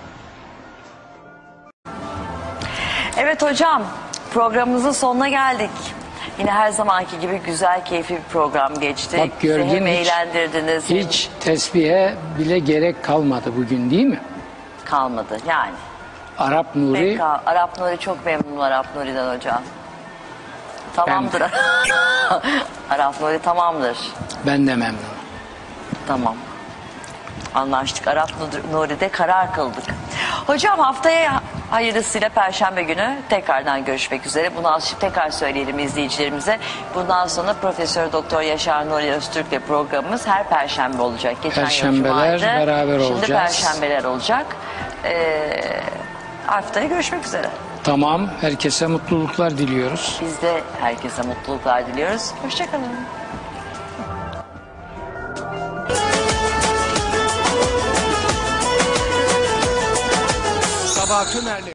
Evet hocam, programımızın sonuna geldik. Yine her zamanki gibi güzel, keyifli bir program geçti. Bak gördün, Bizi hem hiç- eğlendirdiniz hem Hiç tesbihe bile gerek kalmadı bugün, değil mi? kalmadı yani. Arap Nuri, Arap Nuri, çok memnunum Arap Nuri'den hocam. Tamamdır. Arap Nuri tamamdır. ben de memnunum. Tamam. Anlaştık. Arap Nuri'de karar kıldık. Hocam haftaya hayırlısıyla Perşembe günü tekrardan görüşmek üzere. Bunu tekrar söyleyelim izleyicilerimize. Bundan sonra Profesör Doktor Yaşar Nuri Öztürk'le programımız her Perşembe olacak. Geçen yıl Perşembeler Cuma'ydı. beraber Şimdi olacağız. Perşembeler olacak. Haftaya görüşmek üzere. Tamam, herkese mutluluklar diliyoruz. Biz de herkese mutluluklar diliyoruz. Hoşçakalın. Sabah Tümer'le